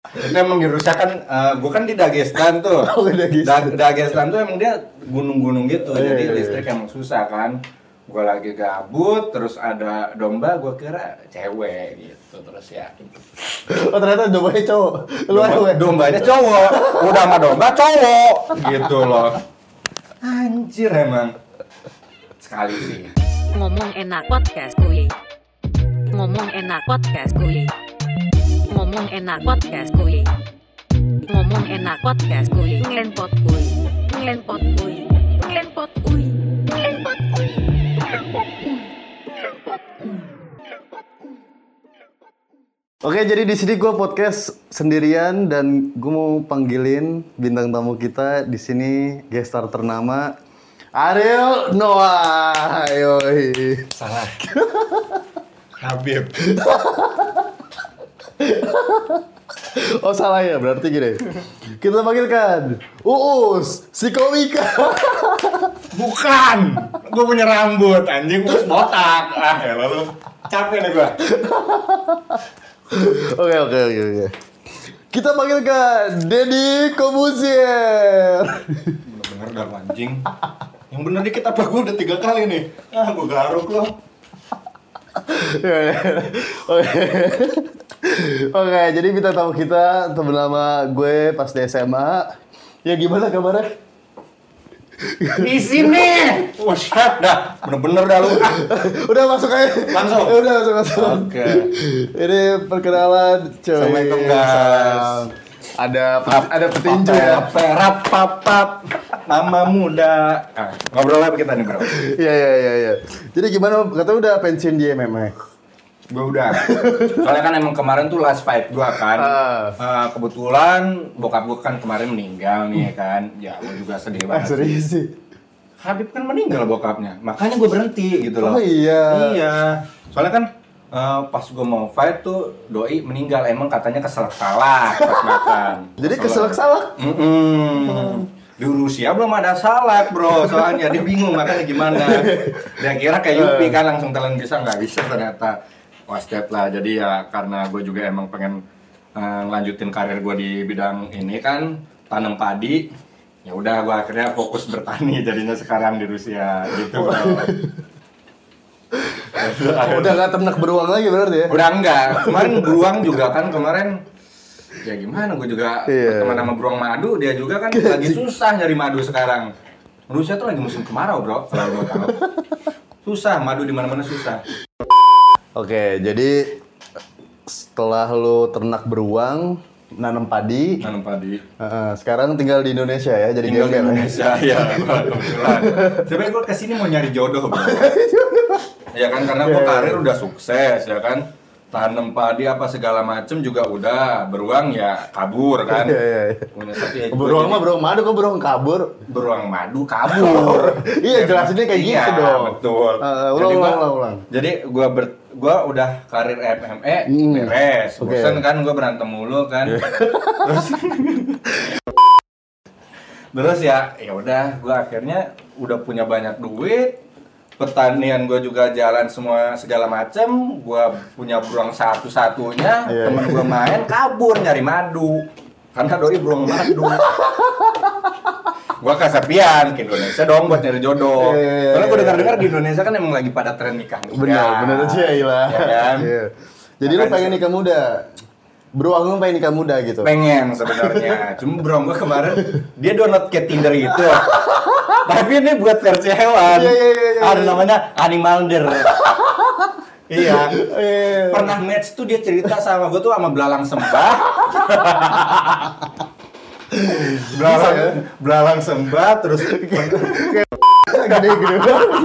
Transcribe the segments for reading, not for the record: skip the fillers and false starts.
Itu emang di Rusia kan, gue kan di Dagestan tuh. Dagestan tuh emang dia gunung-gunung gitu, jadi listrik emang susah kan. Gue lagi gabut, terus ada domba, gue kira cewek gitu, terus ya. Oh ternyata dombanya cowok. Dombanya cowok, udah sama domba cowok, gitu loh. Anjir emang. Sekali sih. Ngomong enak podcast kuy. Ngomong enak podcast kuy. Ngomong enak podcast kuy. Ngomong enak podcast kuy. Ngenpot kuy. Ngenpot kuy. Ngenpot kuy. Ngenpot kuy. Oke, jadi di sini gue podcast sendirian dan gue mau panggilin bintang tamu kita di sini, guest star ternama Ariel Noah. Yoi. Salah. Habib. Oh salah ya, berarti gini. Kita panggilkan Uus, si komika. Bukan. Gue punya rambut, anjing terus botak. Ah, ya lalu capek nih gue. Oke. Kita panggilkan Deddy Kobuzier. Bener dah anjing. Yang bener dikit apa gue udah 3 kali nih. Ah, gue garuk loh. Oke, jadi bintang tamu kita temen lama gue pas di SMA. Ya gimana kabarnya? Di sini. Buset dah, bener-bener dah lu. Udah masuk aja. Langsung? Udah masuk. Oke. Ini perkenalan, coy. Assalamualaikum guys. Ada petinju ya. Papap. Nama muda. Ngobrol apa kita nih bro? Iya. Jadi gimana? Katanya udah pensiun di MMA. Gue udah. Soalnya kan emang kemarin tuh last fight gue kan. Kebetulan bokap gue kan kemarin meninggal nih kan. Ya gue juga sedih banget. Serius sih. Habib kan meninggal bokapnya. Makanya gue berhenti gitu loh. Oh iya. Iya. Soalnya kan pas gue mau fight tuh doi meninggal. Emang katanya keselak-salak pas makan. Jadi keselak-salak? Di Rusia belum ada salak bro, soalnya dia bingung makanya gimana. Dia kira kayak Yupi kan langsung telan bisa, nggak bisa ternyata. Wasted lah, jadi ya karena gue juga emang pengen lanjutin karir gue di bidang ini kan, tanam padi. Ya udah gue akhirnya fokus bertani jadinya sekarang di Rusia gitu bro. Udah nggak ternak beruang lagi berarti ya? Udah enggak, kemarin beruang juga kan kemarin. Ya gimana, gue juga berteman sama beruang madu, dia juga kan lagi susah nyari madu sekarang. Rusia tuh lagi musim kemarau bro, kalau lo tahu. Susah, madu di mana-mana susah. Oke, jadi setelah lo ternak beruang, nanam padi. Sekarang tinggal di Indonesia ya, jadi tinggal di Indonesia ya, kebetulan. Sebenarnya gue kesini mau nyari jodoh bro. Ya kan, karena gue karir udah sukses ya kan. Tanam padi apa segala macem juga udah, beruang ya kabur kan. Punya satu beruang mah beruang madu, kok beruang kabur? Beruang madu kabur. Iya, jelasinnya kayak gitu dong. Betul. Ulang. Jadi gua udah karir MMA beres. Bosan kan gua berantem mulu kan. Terus ya udah gua akhirnya udah punya banyak duit. Pertanian gue juga jalan semua segala macem. Gue punya beruang satu-satunya. Temen gue main kabur nyari madu karena doi beruang madu. Gue kesepian ke Indonesia dong buat nyari jodoh. Karena gue dengar di Indonesia kan emang lagi pada tren nikah muda. Bener aja ya kan? Jadi lu pengen nikah muda? Beruang lu pengen nikah muda gitu? Pengen sebenarnya. Cuma beruang gue kemarin dia download ke Tinder itu. Tapi ini buat versi hewan. Ada namanya Animalder. Iya. Pernah match tuh dia cerita sama gue tuh sama belalang sembah. Belalang sembah terus gede-gede.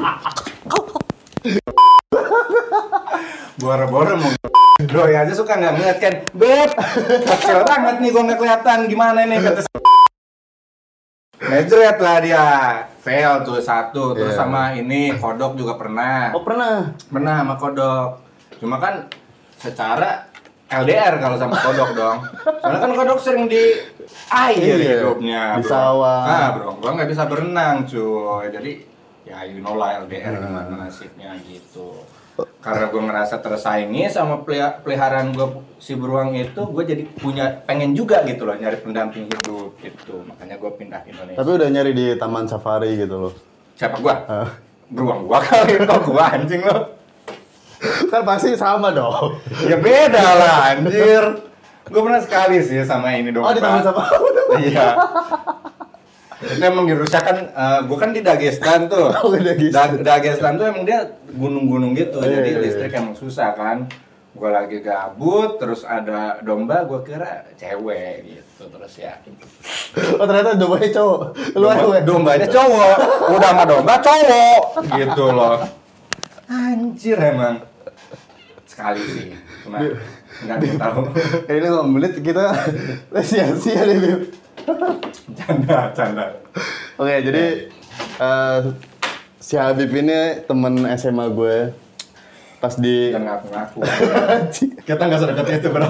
Boro-boro mau doi aja suka nggak ngeliat kan, Beb, kecil banget nih gue nggak kelihatan, gimana nih kata. Ngejret lah dia, fail tuh satu, terus sama ini kodok juga pernah. Oh pernah sama kodok. Cuma kan secara LDR kalau sama kodok dong. Soalnya kan kodok sering di air hidupnya. Di sawah. Nah bro, gua nggak bisa berenang cuy. Jadi ya you know lah LDR gimana nasibnya gitu. karena gue ngerasa tersaingi sama peliharaan gue si beruang itu, gue jadi pengen juga gitu loh nyari pendamping hidup gitu, makanya gue pindah ke Indonesia. Tapi udah nyari di taman safari gitu loh. Siapa gue? Beruang gue kali, kok gue anjing lo? Kan pasti sama dong. Ya beda lah anjir. Gue pernah sekali sih sama ini dong. Oh di taman safari. Iya. Itu emang dirusak kan, gue kan di Dagestan tuh. Oh, Dagestan tuh emang dia gunung-gunung gitu, Iya, jadi iya, listrik emang susah kan. Gue lagi gabut, terus ada domba, gue kira cewek gitu, terus ya. Oh ternyata dombanya cowok. Dombanya cowok, udah sama domba cowok, gitu loh. Anjir emang. Sekali sih, cuma nggak tahu. Ini 5 menit kita sia-sia deh, Bim. Canda. Oke, jadi si Habib ini temen SMA gue pas di Dan ngaku-ngaku. Kita nggak sedekat itu bro.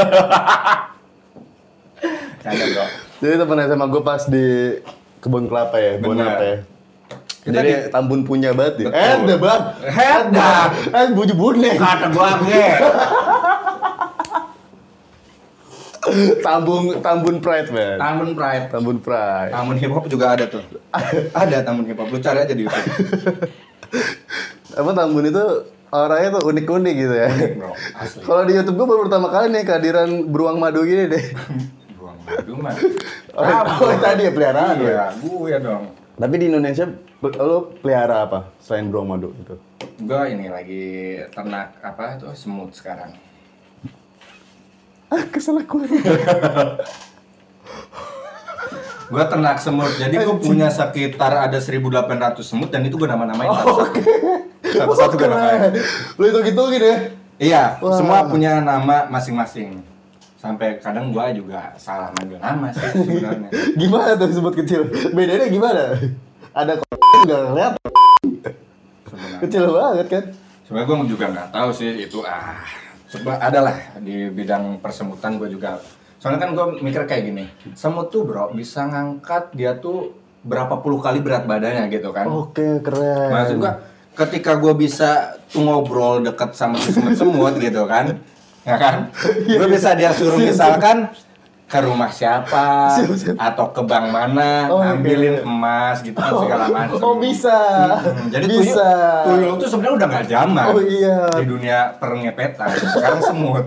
Canda bro. Jadi temen SMA gue pas di kebun kelapa ya, kebun Bener. apa ya. Kita Jadi di- Tambun punya banget ya. Betul. Bang. Dah. Buju buneng. Kata gua gue. Tambun Pride, man. Tambun Pride. Tambun Pride. Tambun hip hop juga ada tuh. Ada Tambun hip hop. Lu cari aja di YouTube. Apa Tambun itu orangnya tuh unik-unik gitu ya. Bro, asli. Kalau di YouTube gue baru pertama kali nih kehadiran beruang madu gini deh. Buang madu mah. Oh, tadi ya peliharaan lu ya? Iya, gue dong. Tapi di Indonesia lo pelihara apa selain beruang madu itu? Gue ini lagi ternak apa tuh semut sekarang. Kesel aku. Gue ternak semut, jadi gue punya sekitar ada 1.800 semut dan itu gue nama-namain satu-satu gue namain. Lo hitung-hitung gitu ya? Iya, Wah. semua punya nama masing-masing. Sampai kadang gue juga salah manggil nama sih sebenarnya. Gimana tuh semut kecil? Bedanya gimana? Ada nggak ngeliat? Sebenarnya. Kecil banget kan? Sebenarnya gue juga nggak tahu sih itu adalah di bidang persemutan gue juga. Soalnya kan gue mikir kayak gini, semut tuh bro bisa ngangkat dia tuh berapa puluh kali berat badannya gitu kan. Oke, keren. Maksud gue ketika gue bisa tuh ngobrol deket sama si semut-semut gitu kan, ya kan? Gue bisa dia suruh misalkan ke rumah siapa atau ke bank mana, Oh, ngambilin oke. emas gitu kan segala macam. Oh bisa. Jadi bisa. tuyul tuh sebenarnya udah nggak zaman Oh, iya. di dunia pengepetan. Sekarang semut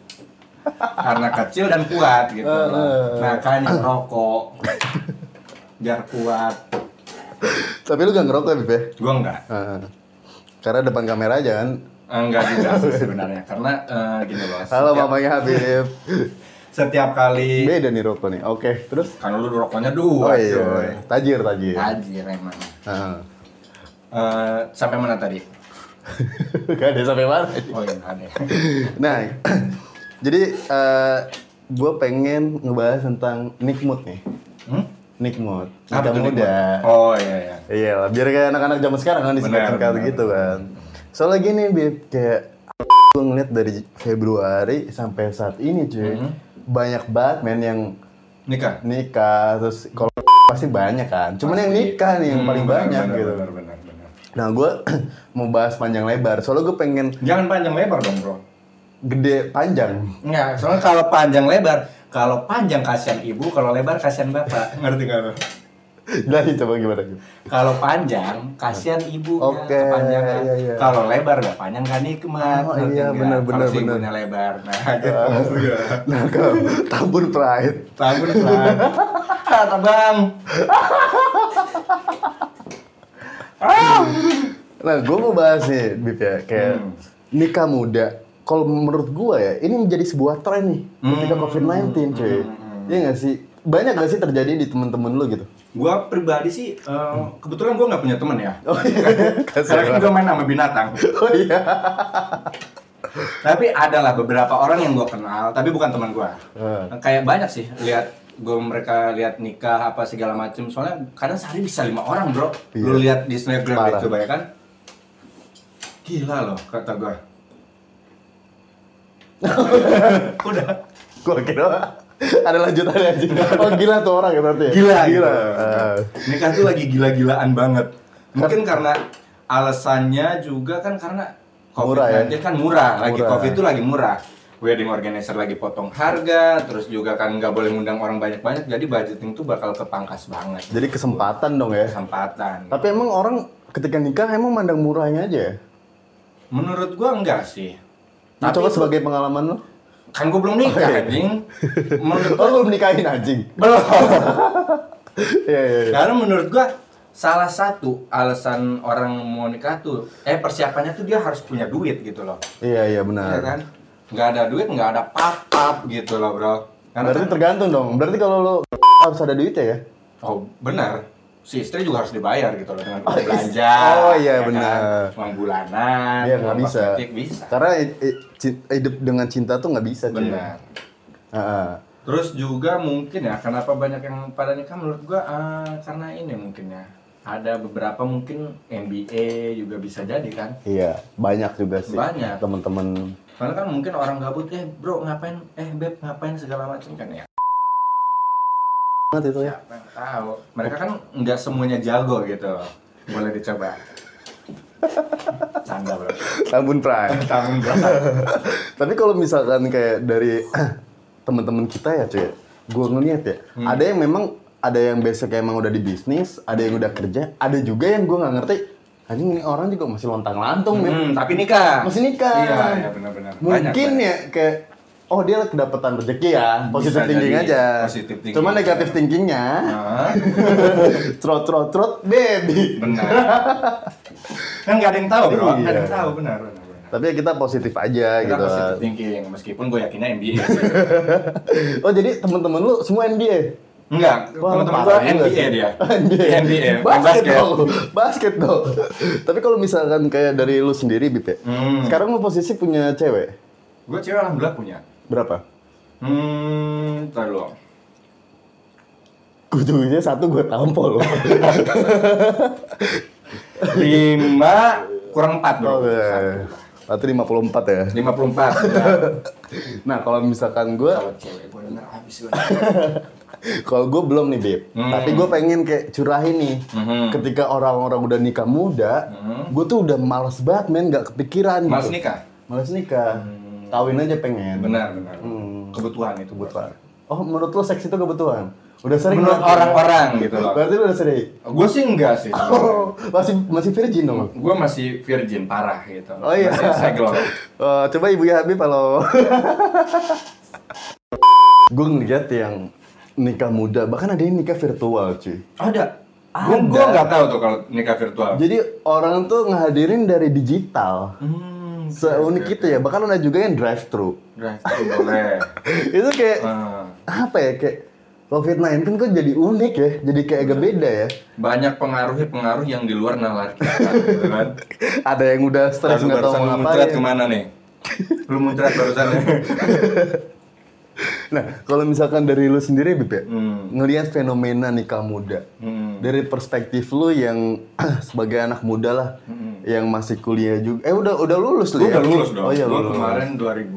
karena kecil dan kuat gitu. Makanya rokok biar kuat. Tapi lu gak ngerokok ya, Bib ya? Gua enggak. Karena depan kamera aja kan. Enggak juga sih sebenarnya karena gini loh. Halo mamanya Habib. Setiap kali Beda nih rokok nih. Oke, terus? kan lu rokoknya Oh dua. iya. coy. Tajir. Tajir emang. Heeh. Sampai mana tadi? Gak ada sampai mana. Oh iya ada. Nah, jadi gue pengen ngebahas tentang Nick Mood nih. Nick Mood. Apa Nikah tuh muda. Nick Mood? Oh iya. Iya lah, biar kayak anak-anak zaman sekarang kan disebutkan Benar, kayak benar. gitu kan. Soalnya gini, Bib, kayak gue ngeliat dari Februari sampai saat ini cuy, banyak banget men yang Nikah. nikah, terus kalau pasti banyak kan. Cuman yang nikah nih yang paling banyak gitu. Benar. Nah, gue mau bahas panjang lebar. Soalnya gue pengen Jangan panjang lebar dong, Bro. gede panjang. Enggak, soalnya kalau panjang kasihan ibu, kalau lebar kasihan bapak. Ngerti gak lo? Jadi coba gimana gitu. Kalau panjang kasihan ibunya Oke, kepanjangan. iya. Kalau lebar bapaknya nggak nikmat. Oh, ngerti iya, nggak? benar. Kalau si ibunya lebar. Nah, gitu. Nah, kalau Tambun Pride. Tambun lah. Kata bang. Nah, gue mau bahas nih, Bib ya, kayak nikah muda. Kalau menurut gue ya, ini menjadi sebuah tren nih ketika COVID-19, cuy. Iya nggak sih? Banyak nggak sih terjadi di temen-temen lu gitu? Gua pribadi sih, kebetulan gua nggak punya teman ya. Oh iya, Karena kan gua main sama binatang. Oh iya. Tapi adalah beberapa orang yang gua kenal, tapi bukan teman gua. Kayak banyak sih lihat mereka lihat nikah apa segala macem. Soalnya kadang sehari bisa 5 orang bro. Iya. Lu lihat di Snapgram Parah. coba ya kan. Gila loh kata gua. Udah. Gue kira ada lanjutannya aja. Oh gila tuh orang ya berarti ya? Gila. Gila. Nikah tuh lagi gila-gilaan banget. Mungkin karena alasannya juga kan karena COVID-19 kan murah, lagi Murah. COVID itu lagi murah. Wedding organizer lagi potong harga, terus juga kan nggak boleh ngundang orang banyak-banyak, jadi budgeting tuh bakal kepangkas banget. Jadi kesempatan dong ya. Kesempatan. Tapi emang orang ketika nikah emang mandang murahnya aja ya? Menurut gua enggak sih. Nah, coba itu- sebagai pengalaman lo? Kan gua belum nikah, Oh, iya. anjing. Menurut Oh, gua belum nikahin anjing? belum. Iya, iya, iya. Karena menurut gua salah satu alasan orang mau nikah tuh, persiapannya tuh dia harus punya duit gitu loh. Iya, iya Iya benar. kan? Nggak ada duit, nggak ada pap gitu loh bro. Karena Berarti kan- tergantung dong. Berarti kalau lo harus ada duitnya ya? oh benar. Si istri juga harus dibayar gitu loh dengan Oh, uang belanja. oh, iya, ya benar. Kan? Uang bulanan. Iya, nggak uang bisa. kosmetik bisa. Karena hidup dengan cinta tuh nggak bisa. cuy. Benar. Heeh. Terus juga mungkin ya, kenapa banyak yang pada nikah menurut gua karena ini mungkin ya. Ada beberapa mungkin MBA juga bisa jadi kan. Iya, banyak juga sih. Banyak. Temen-temen. Karena kan mungkin orang gabut, bro ngapain, beb ngapain segala macam kan ya. Banget itu ya. Siapa yang tahu? Mereka kan nggak semuanya jago gitu. Boleh dicoba. Canda bro. Tambun Prime. Tahun bro. Tapi kalau misalkan kayak dari teman-teman kita ya cuy, gue ngeliat ya, ada yang memang ada yang basic emang udah di bisnis, ada yang udah kerja, ada juga yang gue nggak ngerti. Anjing ini orang juga masih lontang-lantung men. Tapi nikah. Masih nikah. Iya benar-benar. Mungkin Banyak. ya kayak oh dia kedapetan rezeki ya, positive Bisa thinking jadi aja. positive thinking. Cuma negatif thinkingnya, Nah, trot baby. benar. Kan nggak ada yang tahu bro. Nggak ada yang Iya. tahu benar. Tapi ya kita positif aja Kita gitu. positive thinking, meskipun gue yakinnya MBA sih. Oh jadi teman-teman lu semua NBA? Enggak, Wah, teman-teman gue parah juga NBA sih. dia. NBA. NBA, Basket dong. Basket dong. Tapi kalau misalkan kayak dari lu sendiri, Bip ya. Sekarang lu posisi punya cewek. Gue cewek alhamdulillah punya. Berapa? Ntar dulu. Ujungnya satu gue tampol. 5 kurang 4 bro. Oke. Berarti 54 ya. 54. Nah, kalau misalkan gue, Kalau cewek gue denger habis gue. kalau gue belum nih, Bip. Tapi gue pengen kayak curahin nih. Ketika orang-orang udah nikah muda, gue tuh udah males banget, men. Gak kepikiran Males gitu. nikah? Males nikah. Kawin aja pengen. Benar. Kebutuhan itu. Kebutuhan. Oh, menurut lo seks itu kebutuhan? Udah sering Menurut berarti? orang-orang gitu loh. Berarti lu udah sering? Gue sih enggak sih. Oh, masih virgin dong? Gue masih virgin parah gitu. Oh iya. Masih segel. Coba Ibu ya Habib halo. Gue ngeliat yang nikah muda, bahkan ada yang nikah virtual cuy. Ada. Ada. Gue nggak tahu tuh kalau nikah virtual. Jadi orang tuh ngehadirin dari digital. Seunik itu ya, bahkan ada juga yang drive thru. Drive thru boleh. Itu kayak Ah. apa ya, kayak COVID-19 kok jadi unik ya, jadi kayak agak beda ya. Banyak pengaruh yang di luar nalar kita gitu kan. Ada yang udah stres Lalu nggak tahu barusan mau lu muncrat ngapain. kemana nih? Lu muncrat barusan. Nah, kalau misalkan dari lu sendiri, Bip ya, Hmm. ngelihat fenomena nikah muda, dari perspektif lu yang sebagai anak muda lah, yang masih kuliah juga, udah lulus lu Gue ya? udah lulus dong. Oh iya, Gue lulus. kemarin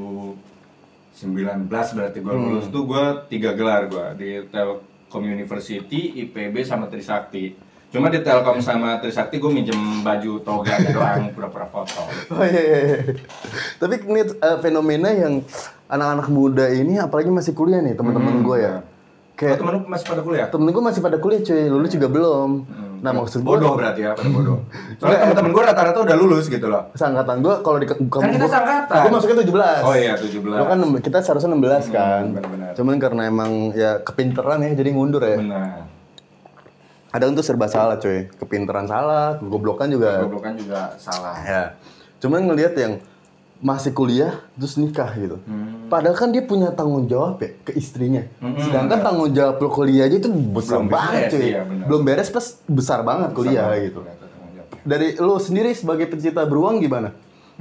2019 berarti gue lulus tuh gue 3 gelar gue di Telkom University, IPB sama Trisakti. Cuma di Telkom sama Trisakti gue minjem baju toga doang pura-pura foto. Oh iya, iya, iya. Tapi ngeliat fenomena yang anak-anak muda ini, apalagi masih kuliah nih, teman-teman gue ya. Kayak Kayak temen lu masih pada kuliah? temen gue masih pada kuliah cuy, lulus juga belum. Nah maksud gue, Bodoh berarti ya, pada bodoh. Soalnya temen-temen gue rata-rata udah lulus gitu loh. seangkatan gue kalau di Kan kita seangkatan. gue masuknya 17. Oh iya, 17. Lo kan kita seharusnya 16 kan. benar-benar. Cuman karena emang ya kepinteran ya jadi mundur ya. Benar. Kadang tuh serba salah coy. Kepinteran salah, kegoblokan juga. Goblokan juga salah. Ya. Cuman ngelihat yang masih kuliah terus nikah gitu. Padahal kan dia punya tanggung jawab ya ke istrinya. Sedangkan tanggung jawab lo kuliah aja itu besar Belum banget beres, cuy. iya, benar. Belum beres plus besar banget kuliah Sama. gitu. Dari lo sendiri sebagai pencinta beruang gimana?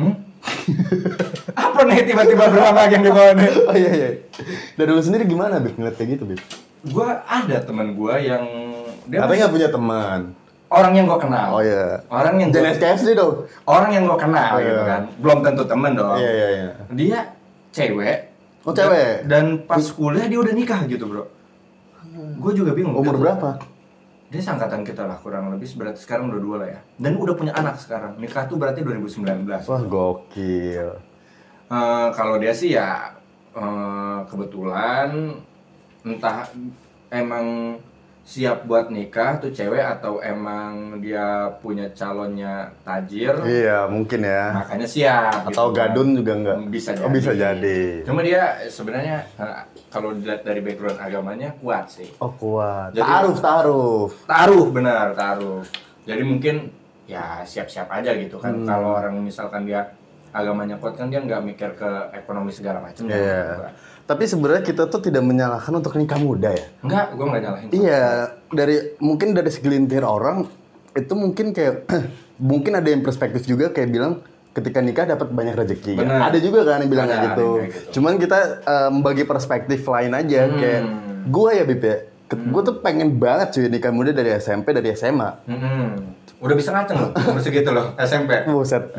Apa nih tiba-tiba beruang lagi yang di bawah nih? Oh iya iya. Dari lo sendiri gimana Bib ngeliat kayak gitu Bib? Gua ada teman gua yang dia Katanya nggak punya teman. orang yang gua kenal. Oh iya. Orang yang Jangan SKSD dong. orang yang gua kenal Oh, iya. gitu kan. Belum tentu temen dong. Iya iya iya. Dia cewek. Oh, cewek? Dan pas kuliah dia udah nikah gitu, Bro. Gue juga bingung. Umur berapa? Dia seangkatan kita lah kurang lebih, berarti sekarang udah 2 lah ya. Dan udah punya anak sekarang. Nikah tuh berarti 2019. Wah, gokil. Kalau dia sih ya kebetulan entah emang siap buat nikah tuh cewek atau emang dia punya calonnya tajir. Iya, mungkin ya. Makanya siap. Atau gitu, gadun juga enggak? Bisa jadi. Oh, bisa jadi. Cuma dia sebenarnya kalau dilihat dari background agamanya kuat sih. Oh, kuat. Jadi- Taruh. Taruh. Jadi mungkin ya siap-siap aja gitu kan. Kalau orang misalkan dia agamanya kuat kan dia nggak mikir ke ekonomi segala macam. Iya. Tapi sebenarnya kita tuh tidak menyalahkan untuk nikah muda ya. Enggak, gue nggak nyalahin. Iya, mungkin dari segelintir orang itu mungkin kayak mungkin ada yang perspektif juga kayak bilang ketika nikah dapat banyak rezeki. Bener. Ada juga kan yang bilang Ada, kayak gitu. ada yang kayak gitu. Cuman kita membagi perspektif lain aja kayak gue ya Bib ya. Gue tuh pengen banget cuy nikah muda dari SMP, dari SMA. Udah bisa ngaceng loh, umur segitu loh, SMP. Buset.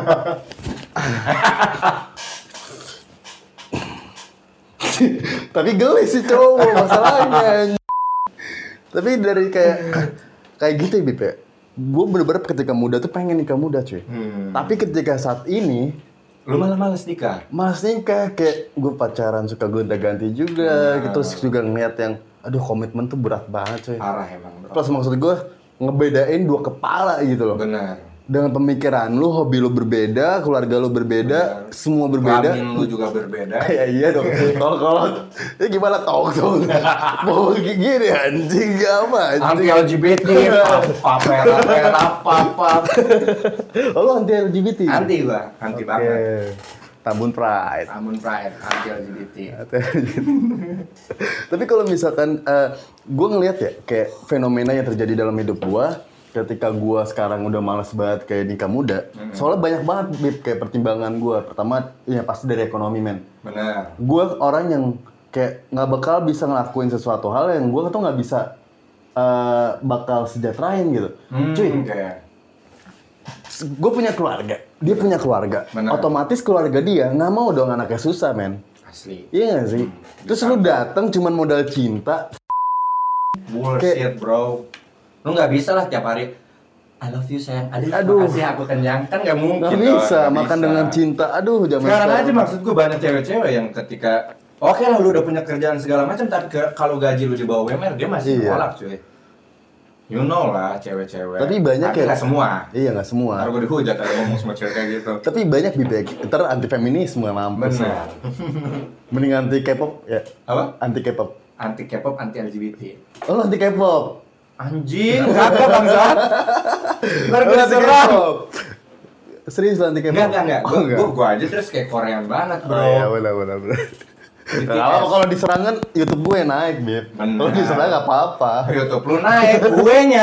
Tapi geli sih cowok masalahnya. Tapi dari kayak gitu ya Bib ya. Gue bener-bener ketika muda tuh pengen nikah muda cuy. Tapi ketika saat ini Lu malah males nikah. Mas nikah kayak gue pacaran suka gonta-ganti juga gitu, terus juga ngeliat yang aduh komitmen tuh berat banget cuy. Parah emang bro. Plus maksud gue ngebedain dua kepala gitu loh. Benar. Dengan pemikiran lu, hobi lu berbeda, keluarga lu berbeda, semua berbeda. Kelamin lu juga berbeda. Ya iya dong. Kalau ini gimana talk tuh? Mau gini anjing apa Anti anjing? LGBT, apa. Oh, lu anti LGBT? Anti gua, anti banget. Tabun pride. Namun pride, anti LGBT. Tapi kalau misalkan gue ngelihat ya kayak fenomena yang terjadi dalam hidup gue ketika gue sekarang udah malas banget kayak nikah muda, soalnya banyak banget Bib, kayak pertimbangan gue. Pertama ya pasti dari ekonomi men. Benar. Gue orang yang kayak nggak bakal bisa ngelakuin sesuatu hal yang gue tuh nggak bisa bakal sejahterain gitu. Cuy, Kayak gue punya keluarga, dia punya keluarga. Benar. Otomatis keluarga dia nggak mau dong anaknya susah men. asli. Iya gak sih? Terus lu datang cuman modal cinta. Bullshit bro. Lu nggak bisa lah tiap hari I love you sayang. Aduh. Makasih aku kenyang. Kan nggak mungkin. Nggak dong, bisa nggak makan bisa. dengan cinta. Aduh, zaman Sekarang aja maksud gue banyak cewek-cewek yang ketika oke lah lu udah punya kerjaan segala macam, tapi kalau gaji lu di bawah UMR dia masih Iya. nolak cuy. You know lah cewek-cewek. Tapi banyak tapi ya. nggak semua. Iya nggak semua. Ntar gue dihujat ada ngomong sama cewek kayak gitu. Tapi banyak bibek. Ntar anti feminisme mampus. Benar. Mending anti K-pop ya. Apa? Anti K-pop. Anti K-pop, anti LGBT. Oh, lu anti K-pop. Anjing, kagak bangsat. Ntar gue Lu anti diserang. K-pop. Serius lu anti K-pop? Enggak. Oh, enggak. Gue aja terus kayak Korean banget bro. Oh, iya, benar. BTS. Kalau diserangan YouTube gue naik, Bib. Benar. Kalau diserang nggak apa-apa. YouTube lu naik, kuenya.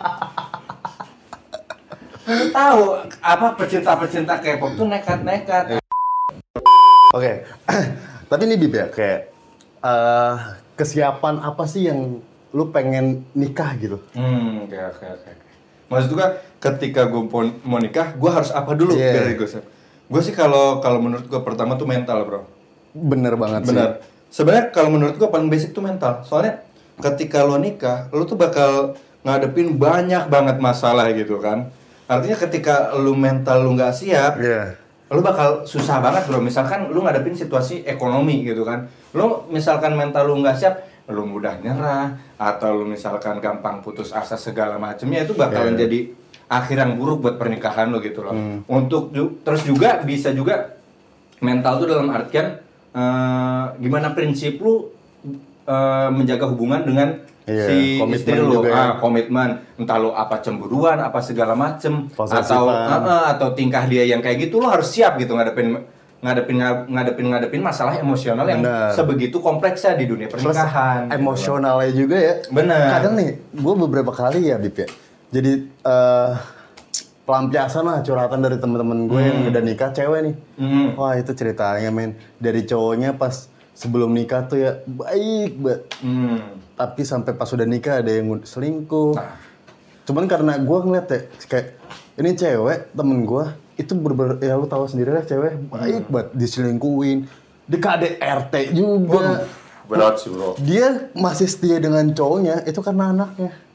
Lu tahu apa pecinta-pecinta K-pop tuh nekat-nekat. Oke. Tapi ini Bib ya, kayak kesiapan apa sih yang lu pengen nikah gitu? Oke. Maksud gua ketika gua mau nikah, gua harus apa dulu Iya. dari gua? Gua sih kalau menurut gua pertama tuh mental, bro. Bener banget sih. Benar. Sebenarnya kalau menurut gua paling basic tuh mental. Soalnya ketika lo nikah, lo tuh bakal ngadepin banyak banget masalah gitu kan. Artinya ketika lu mental lu nggak siap, Iya. lu bakal susah banget bro. Misalkan lu ngadepin situasi ekonomi gitu kan, lu misalkan mental lu nggak siap, lu mudah nyerah atau lu misalkan gampang putus asa segala macamnya, itu bakalan jadi akhir yang buruk buat pernikahan lu gitu loh. Terus juga bisa juga mental tuh dalam artian gimana prinsip lu menjaga hubungan dengan Iya, si komitmen istri lu, juga ya. komitmen, entah lu apa cemburuan, apa segala macem, Posesifan. atau tingkah dia yang kayak gitu, lu harus siap gitu ngadepin masalah emosional yang Bener. sebegitu kompleksnya di dunia Terus pernikahan. gitu. emosionalnya juga ya. Bener. Kadang nih, gue beberapa kali ya Bib ya. Jadi pelampiasan lah curhatan dari teman-teman gue yang udah nikah cewek nih. Wah itu ceritanya men. Dari cowoknya pas sebelum nikah tuh ya baik banget. Tapi sampai pas udah nikah ada yang selingkuh. Nah. Cuman karena gue ngeliat ya kayak ini cewek temen gue itu ya lu tahu sendiri lah cewek baik banget diselingkuhin. Di KDRT juga. Berat sih bro. Dia masih setia dengan cowoknya itu karena anaknya.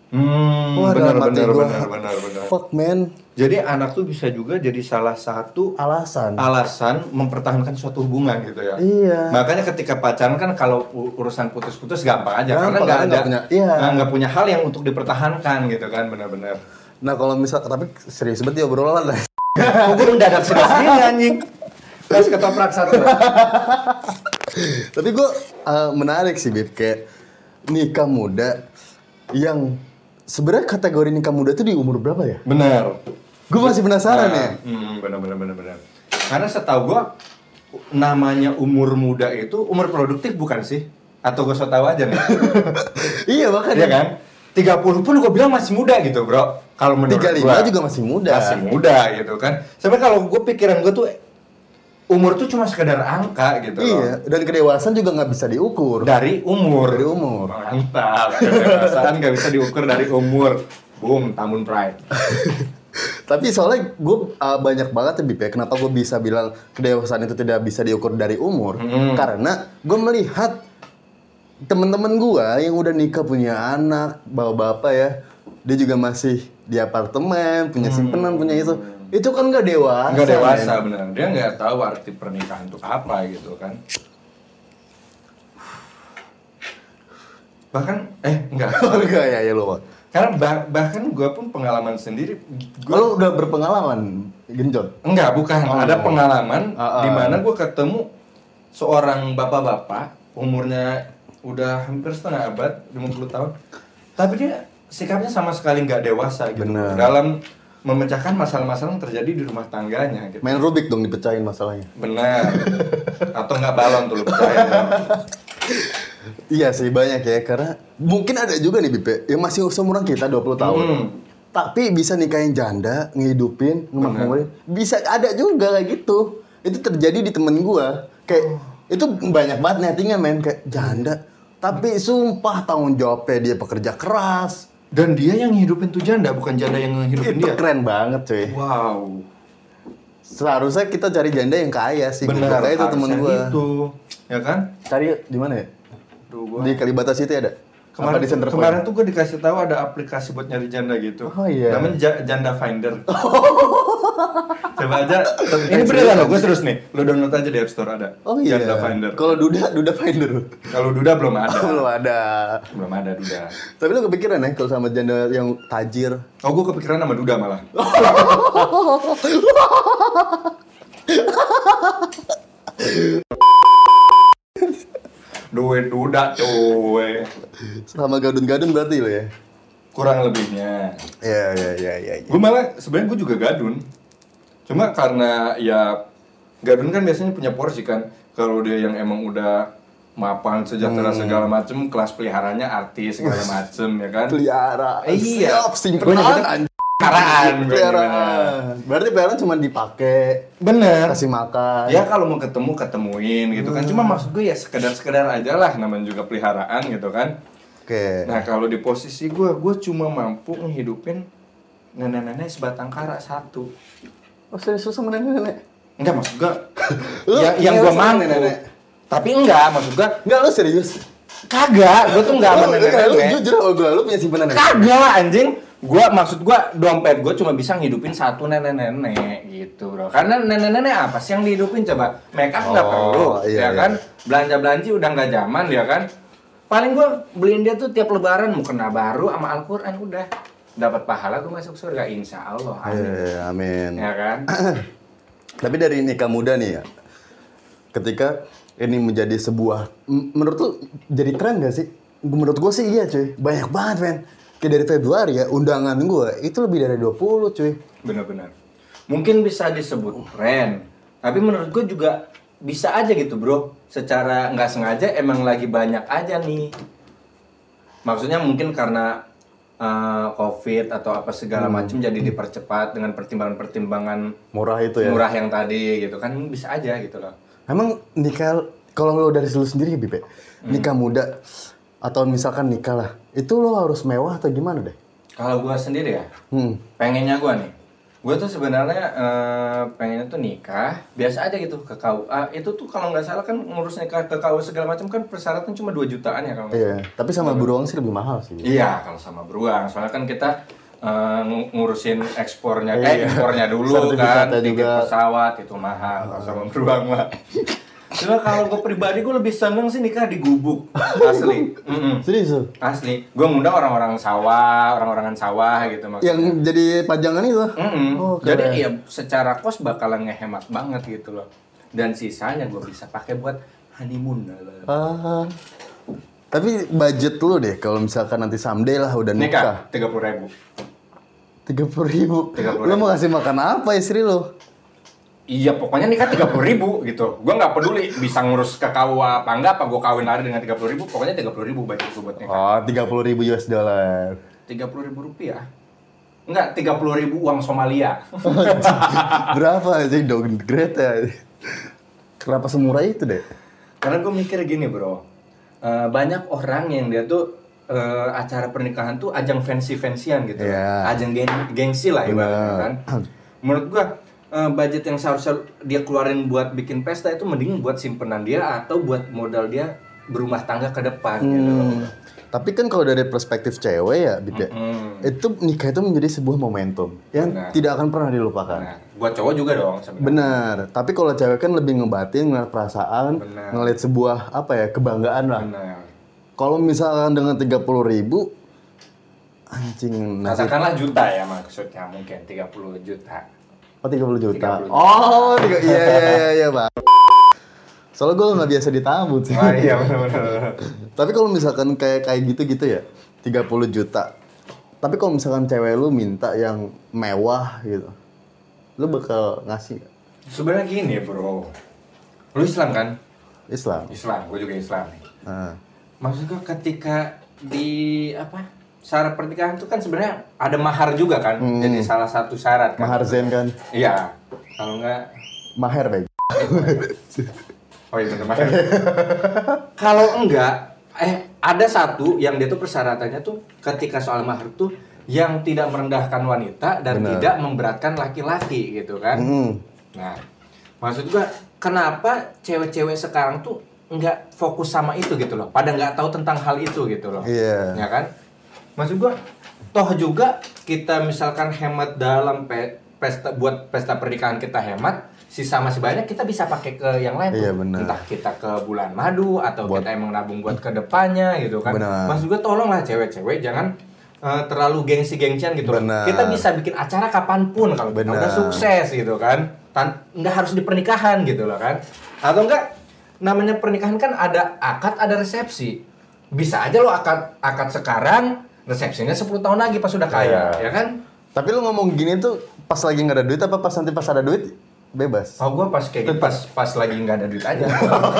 Wah, dalam hati benar, gua, benar. fuck man. Jadi anak tuh bisa juga jadi salah satu alasan mempertahankan suatu hubungan gitu ya. Iya. Makanya ketika pacaran kan kalau urusan putus-putus gampang aja karena Gampang, nggak karena ada nggak punya- nggak punya hal yang untuk dipertahankan gitu kan, benar-benar. Nah kalau misal, tapi serius banget ya obrolan lah. Kok gue mendadak serius gini anjing. Kasih ketoprak satu. Tapi gue menarik sih Bib, kayak nikah muda yang sebenarnya kategori nikah muda itu di umur berapa ya? Benar. Gue masih penasaran ya. Benar. Karena setahu gue namanya umur muda itu umur produktif bukan sih? Atau gue so tau aja nih? Iya makanya. Iya kan? 30 pun gue bilang masih muda gitu bro. Kalau menurut 35 gua, juga masih muda. Masih muda gitu kan. Sebenarnya kalau gue pikiran gue tuh umur tuh cuma sekedar angka gitu loh. Iya, dan kedewasaan juga nggak bisa diukur. Dari umur. Dari umur. Mantap. Kedewasaan nggak bisa diukur dari umur. Boom, Tambun Pride. Tapi soalnya gue banyak banget ya Bib ya, kenapa gue bisa bilang kedewasaan itu tidak bisa diukur dari umur. Karena gue melihat teman-teman gue yang udah nikah punya anak, bapak-bapak ya, dia juga masih di apartemen, punya simpenan, punya itu kan nggak dewasa. Nggak dewasa benar. Dia nggak tahu arti pernikahan untuk apa gitu kan. Bahkan enggak. Enggak ya lo. Karena bahkan gue pun pengalaman sendiri. Lo udah berpengalaman genjot? Enggak, bukan. Ada pengalaman di mana gue ketemu seorang bapak-bapak umurnya udah hampir setengah abad, 50 tahun. Tapi dia sikapnya sama sekali nggak dewasa gitu. Bener. Dalam memecahkan masalah-masalah yang terjadi di rumah tangganya gitu. Main Rubik dong dipecahin masalahnya. Benar. Atau nggak balon tuh lu pecahin. Iya sih banyak ya, karena mungkin ada juga nih Bipe yang masih seumuran kita 20 tahun. Tapi bisa nikahin janda, ngehidupin, ngemakmurin. Bisa ada juga kayak gitu. Itu terjadi di temen gua. Kayak itu banyak banget nettingnya men, kayak janda. Tapi sumpah tanggung jawabnya dia pekerja keras. Dan dia yang ngehidupin tuh janda, bukan janda yang ngehidupin Itu dia. keren banget cuy. Wow. Seharusnya kita cari janda yang kaya sih. Benar, Kayak itu temen harusnya gua. gitu. Ya kan? Cari di mana ya? Duh, gua. Di Kalibata City ada? Apa di Center Point? Kemarin tuh gue dikasih tahu ada aplikasi buat nyari janda gitu. Oh, iya. Namanya Janda Finder. Coba aja. Ini beneran loh, gue serius nih. Lo download aja di App Store ada. Oh iya. Janda Finder. Kalau Duda Finder. Kalau Duda belum ada. Belum ada. Belum ada Duda. Tapi lu kepikiran ya kalau sama janda yang tajir? Oh, gue kepikiran sama Duda malah. Duit Duda cuy. Sama gadun-gadun berarti lo ya? Kurang lebihnya. Iya. Gue malah sebenarnya gue juga gadun. Cuma karena ya gadun kan biasanya punya porsi kan. Kalau dia yang emang udah mapan sejahtera segala macem, kelas peliharanya artis segala macem ya kan. Pelihara. Iya. Siap, simpenan anjing. Peliharaan. Berarti peliharaan cuma dipakai, Bener. kasih makan. Ya kalau mau ketemuin gitu kan. Cuma maksud gue ya sekedar aja lah, namanya juga peliharaan gitu kan. Oke. Nah kalau di posisi gue cuma mampu ngehidupin nenek-nenek sebatang kara satu. Oh serius sama nenek-nenek? Enggak maksud gue Lu yang gue sama mampu. nenek-nenek? Tapi enggak maksud gue Enggak, lu serius? kagak. Gue tuh enggak sama Lu nenek-nenek. jujur sama gue, lu punya simpanan nenek? Kagak anjing. Maksud gue dompet gue cuma bisa ngehidupin satu nenek-nenek gitu bro. Karena nenek-nenek apa sih yang dihidupin coba? Mereka nggak perlu, iya, ya kan? Belanja-belanja udah nggak zaman, ya kan? Paling gue beliin dia tuh tiap lebaran mukena baru sama Al-Quran udah. Dapat pahala gue masuk surga insya Allah. Amin. Iya, amin. Ya kan? Tapi dari nikah muda nih ya, ketika ini menjadi sebuah, menurut lu jadi tren gak sih? Menurut gue sih iya cuy, banyak banget men. Kayak dari Februari ya, undangan gue itu lebih dari 20 cuy. Benar-benar. Mungkin bisa disebut tren, tapi menurut gue juga bisa aja gitu bro. Secara nggak sengaja emang lagi banyak aja nih. Maksudnya mungkin karena COVID atau apa segala macam jadi dipercepat dengan pertimbangan-pertimbangan Murah itu ya. murah yang tadi gitu kan bisa aja gitu loh. Emang nikah, kalau lo dari lu sendiri ya Bipe, nikah muda atau misalkan nikah lah, itu lo harus mewah atau gimana deh? Kalau gue sendiri ya, Hmm. pengennya gue nih Gue tuh sebenarnya pengennya tuh nikah biasa aja gitu ke KUA. Itu tuh kalau nggak salah kan ngurus nikah ke KUA segala macam kan persyaratan cuma 2 jutaan ya kalau nggak Iya, salah. tapi sama beruang sih lebih mahal sih. Iya, kalau sama beruang. Soalnya kan kita ngurusin ekspornya, impornya dulu kan, Sertifikatnya tiket juga. pesawat itu mahal. Kalau sama beruang mah. Cuma kalau gue pribadi gue lebih seneng sih nikah di gubuk asli. Serius lu? Asli. Gue ngundang orang-orang sawah, orang-orangan sawah gitu maksudnya. Yang jadi pajangan itu? Oh, keren. Jadi ya secara kos bakalan ngehemat banget gitu loh. Dan sisanya gue bisa pakai buat honeymoon. Tapi budget lu deh kalau misalkan nanti someday lah udah nikah. Nikah 30.000. 30.000. 30.000. Lu mau kasih makan apa istri lu? Iya pokoknya nikah 30.000 gitu. Gue nggak peduli bisa ngurus ke KUA apa enggak, apa gue kawin lari dengan 30.000. Pokoknya 30.000 budget gue buat nikah. Oh, 30.000 US dollar. 30.000 rupiah. Enggak, 30.000 uang Somalia. Berapa aja downgrade ya? Kenapa semurah itu deh? Karena gue mikir gini bro, banyak orang yang dia tuh acara pernikahan tuh ajang fancy-fancyan gitu, Iya. ajang gengsi lah ibaratnya kan. Menurut gue budget yang seharusnya dia keluarin buat bikin pesta itu mending buat simpenan dia atau buat modal dia berumah tangga ke depan gitu. Tapi kan kalau dari perspektif cewek ya, Bib, ya, itu nikah itu menjadi sebuah momentum yang Benar. tidak akan pernah dilupakan. Nah, buat cowok juga dong sebenarnya. Benar. Tapi kalau cewek kan lebih ngebatin, ngeliat perasaan, Benar. ngeliat sebuah apa ya kebanggaan lah. Benar. Kalau misalkan dengan 30.000, anjing nasi. Katakanlah juta ya maksudnya, mungkin 30 juta. Oh 30 juta. 30 juta. Oh iya Bang. Soalnya gue nggak biasa ditabut sih. Oh iya benar. Tapi kalau misalkan kayak gitu ya, 30 juta. Tapi kalau misalkan cewek lu minta yang mewah gitu, lu bakal ngasih nggak? Sebenarnya gini bro, lu Islam kan? Islam. Islam, gue juga Islam nih. Nah, Maksud gue ketika di syarat pernikahan itu kan sebenarnya ada mahar juga kan, jadi salah satu syarat kan. mahar zen kan? Iya, kalau enggak, Maher baik. oh iya bener mahar. Kalau enggak, ada satu yang dia tuh persyaratannya tuh ketika soal mahar tuh yang tidak merendahkan wanita dan Benar. tidak memberatkan laki-laki gitu kan. Nah, maksud gua kenapa cewek-cewek sekarang tuh nggak fokus sama itu gitu loh, pada nggak tahu tentang hal itu gitu loh. Iya. Ya kan? Maksud gua toh juga kita misalkan hemat dalam pesta buat pesta pernikahan kita hemat, sisa masih banyak kita bisa pakai ke yang lain Iya, tuh. benar. Entah kita ke bulan madu atau kita emang nabung buat ke depannya gitu kan. Benar. Maksud gua tolonglah cewek-cewek jangan terlalu gengsi-gengsian gitu loh. Benar. Kita bisa bikin acara kapanpun kalau kita Benar. udah sukses gitu kan. Nggak harus di pernikahan gitu loh kan. Atau enggak, namanya pernikahan kan ada akad, ada resepsi. Bisa aja lo akad sekarang, resepsinya 10 tahun lagi pas udah kaya, ya kan? Tapi lu ngomong gini tuh pas lagi nggak ada duit apa pas nanti pas ada duit bebas? Oh, gue pas kayak gitu, pas lagi nggak ada duit aja.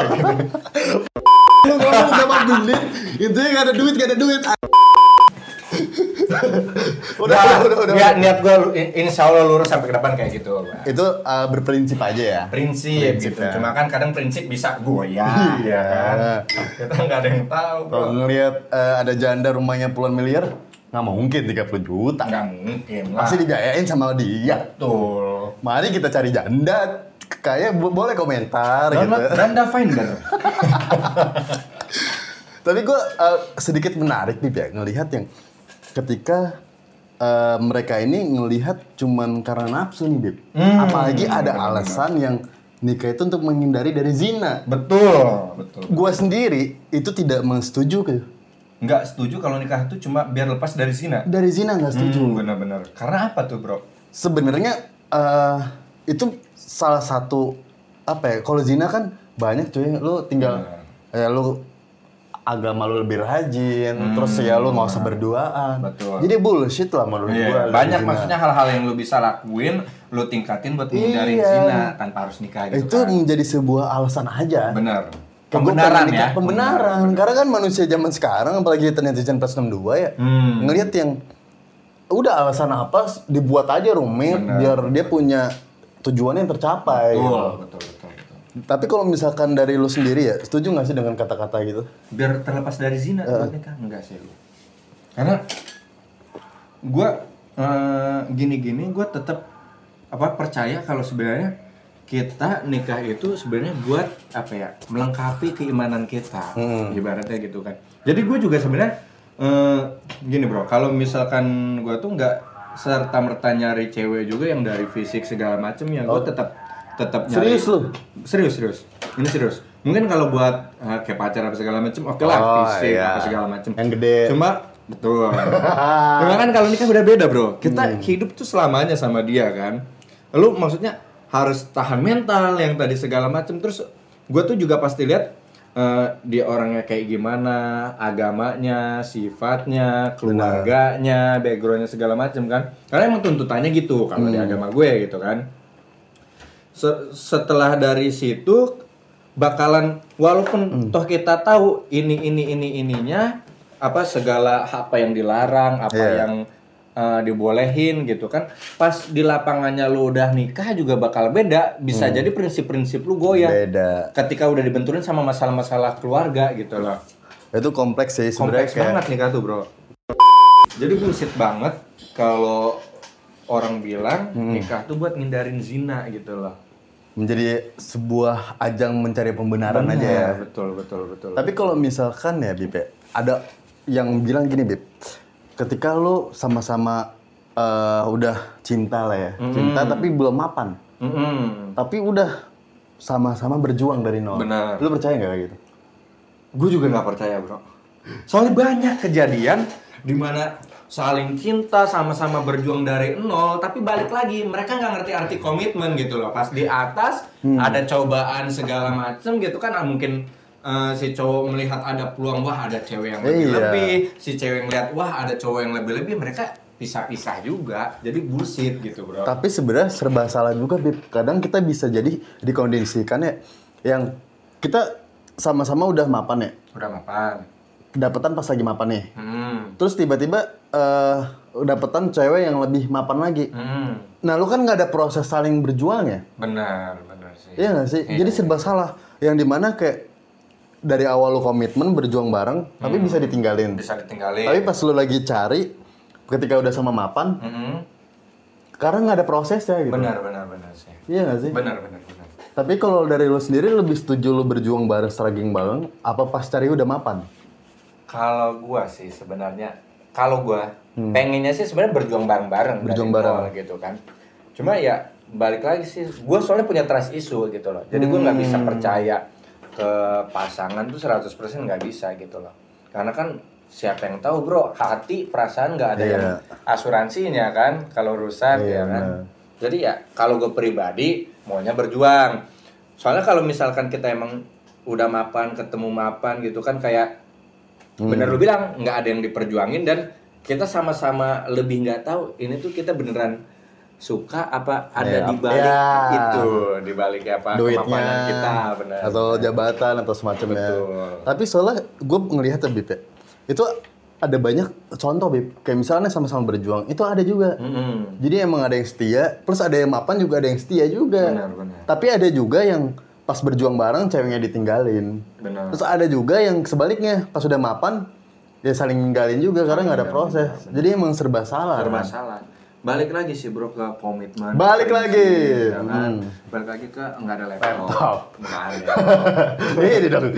Lu ngomong dapat duit, intinya nggak ada duit. udah. Ya, niat gue insya Allah lurus sampai ke depan kayak gitu. Bang. Itu berprinsip aja ya. Prinsip gitu. ya. Cuma kan kadang prinsip bisa goyah, ya kan? Kita nggak ada yang tahu, bro. Kalau ngelihat ada janda rumahnya puluhan miliar, nggak mungkin 30 juta. Nggak mungkin lah. Pasti dibiayain sama dia. Betul. Mari kita cari janda. Kayak boleh komentar gitu. Janda Finder. Tapi gue sedikit menarik nih ya ngelihat yang ketika mereka ini ngelihat cuman karena nafsu nih Bib. Apalagi ada alasan yang nikah itu untuk menghindari dari zina. Betul. Gue sendiri itu tidak setuju Nggak setuju kalau nikah itu cuma biar lepas dari zina. dari zina nggak setuju. Benar-benar. Karena apa tuh, bro? Sebenarnya itu salah satu apa ya? Kalau zina kan banyak cuy, lu tinggal ya lu agama lu lebih rajin, terus ya lu nggak usah berduaan. Betul. Jadi bullshit lah menurut gua. Banyak zina. maksudnya hal-hal yang lu bisa lakuin, lu tingkatin buat menghindari Iya. zina tanpa harus nikah gitu. Itu kan. menjadi sebuah alasan aja. Benar. Kayak gua Pembenaran pengen ya. nikah, Pembenaran. Karena kan manusia zaman sekarang, apalagi netizen plus 62 ya, ngelihat yang udah alasan apa dibuat aja rumit biar dia punya tujuannya yang tercapai. Betul. Tapi kalau misalkan dari lu sendiri ya, setuju nggak sih dengan kata-kata gitu? Biar terlepas dari zina buat nikah enggak sih lu. Karena gua gini-gini gua tetap percaya kalau sebenarnya kita nikah itu sebenarnya buat apa ya, melengkapi keimanan kita, ibaratnya gitu kan. Jadi gue juga sebenarnya gini bro, kalau misalkan gue tuh nggak serta merta nyari cewek juga yang dari fisik segala macem ya, gue tetap nyari. Serius lu? Serius, ini serius. Mungkin kalau buat kayak pacar apa segala macem, oke lah, fisik apa segala macem. Yang gede. Cuma betul. Cuma kan kalau nikah udah beda bro. Kita hidup tuh selamanya sama dia kan. Lu maksudnya harus tahan mental yang tadi segala macem. Terus gue tuh juga pasti lihat dia orangnya kayak gimana, agamanya, sifatnya, keluarganya, backgroundnya segala macem kan. Karena emang tuntutannya gitu kalau di agama gue gitu kan. Setelah dari situ bakalan walaupun toh kita tahu ininya apa segala apa yang dilarang, apa yang dibolehin gitu kan. Pas di lapangannya lu udah nikah juga bakal beda. Bisa jadi prinsip-prinsip lu goyah. Beda. Ketika udah dibenturin sama masalah-masalah keluarga gitu loh. Itu kompleks sih sebenarnya. Kompleks banget nikah tuh, bro. Jadi bullshit banget kalau orang bilang nikah tuh buat ngindarin zina gitu loh. Menjadi sebuah ajang mencari pembenaran aja ya. Betul. Tapi kalau misalkan ya Bib, ada yang bilang gini Bib, ketika lu sama-sama udah cinta lah ya, cinta tapi belum mapan, tapi udah sama-sama berjuang dari nol. Benar. Lu percaya nggak kayak gitu? Gue juga nggak percaya bro. Soalnya banyak kejadian dimana saling cinta, sama-sama berjuang dari nol, tapi balik lagi mereka nggak ngerti arti komitmen gitu loh. Pas di atas ada cobaan segala macem gitu kan, mungkin si cowok melihat ada peluang, wah ada cewek yang lebih-lebih, si cewek ngeliat wah ada cowok yang lebih-lebih, mereka pisah-pisah juga, jadi bullshit gitu bro. Tapi sebenarnya serba salah juga Bib. Kadang kita bisa jadi dikondisikan ya, yang kita sama-sama udah mapan ya. Udah mapan. Kedapetan pas lagi mapan nih. Terus tiba-tiba dapetan cewek yang lebih mapan lagi. Nah lu kan nggak ada proses saling berjuang ya? Benar sih. Iya nggak sih? Jadi serba salah. Yang dimana kayak dari awal lu komitmen berjuang bareng, tapi bisa ditinggalin. Tapi pas lu lagi cari, ketika udah sama mapan, karena nggak ada prosesnya gitu. Benar sih. Iya nggak sih? Benar. Tapi kalau dari lu sendiri lebih setuju lu berjuang bareng, struggling bareng, apa pas cari udah mapan? Kalau gua sih sebenarnya, pengennya sih sebenarnya berjuang bareng-bareng, gitu kan. Cuma ya balik lagi sih, gua soalnya punya trust issue gitu loh. Jadi gua nggak bisa percaya ke pasangan tuh 100% nggak bisa gitu loh. Karena kan siapa yang tahu bro, hati, perasaan nggak ada yang asuransinya kan kalau rusak ya kan. Jadi ya kalau gue pribadi maunya berjuang. Soalnya kalau misalkan kita emang udah mapan, ketemu mapan gitu kan, kayak bener lu bilang nggak ada yang diperjuangin dan kita sama-sama lebih nggak tahu ini tuh kita beneran suka apa ada di balik itu, di balik apa duitnya, kemapanan kita, benar. Atau jabatan atau semacamnya. Betul. Tapi soalnya gue ngelihat ya Bib ya, itu ada banyak contoh Bib, kayak misalnya sama-sama berjuang itu ada juga. Jadi emang ada yang setia, plus ada yang mapan juga, ada yang setia juga. Benar. Tapi ada juga yang pas berjuang bareng ceweknya ditinggalin. Benar. Terus ada juga yang sebaliknya, pas udah mapan ya saling ninggalin juga karena nggak ada proses. Benar. Jadi emang serba salah. Salah. Balik lagi sih bro ke komitmen. Balik lagi. Ya kan? Balik lagi ke nggak ada Laptop. Nggak ada. Ini dong.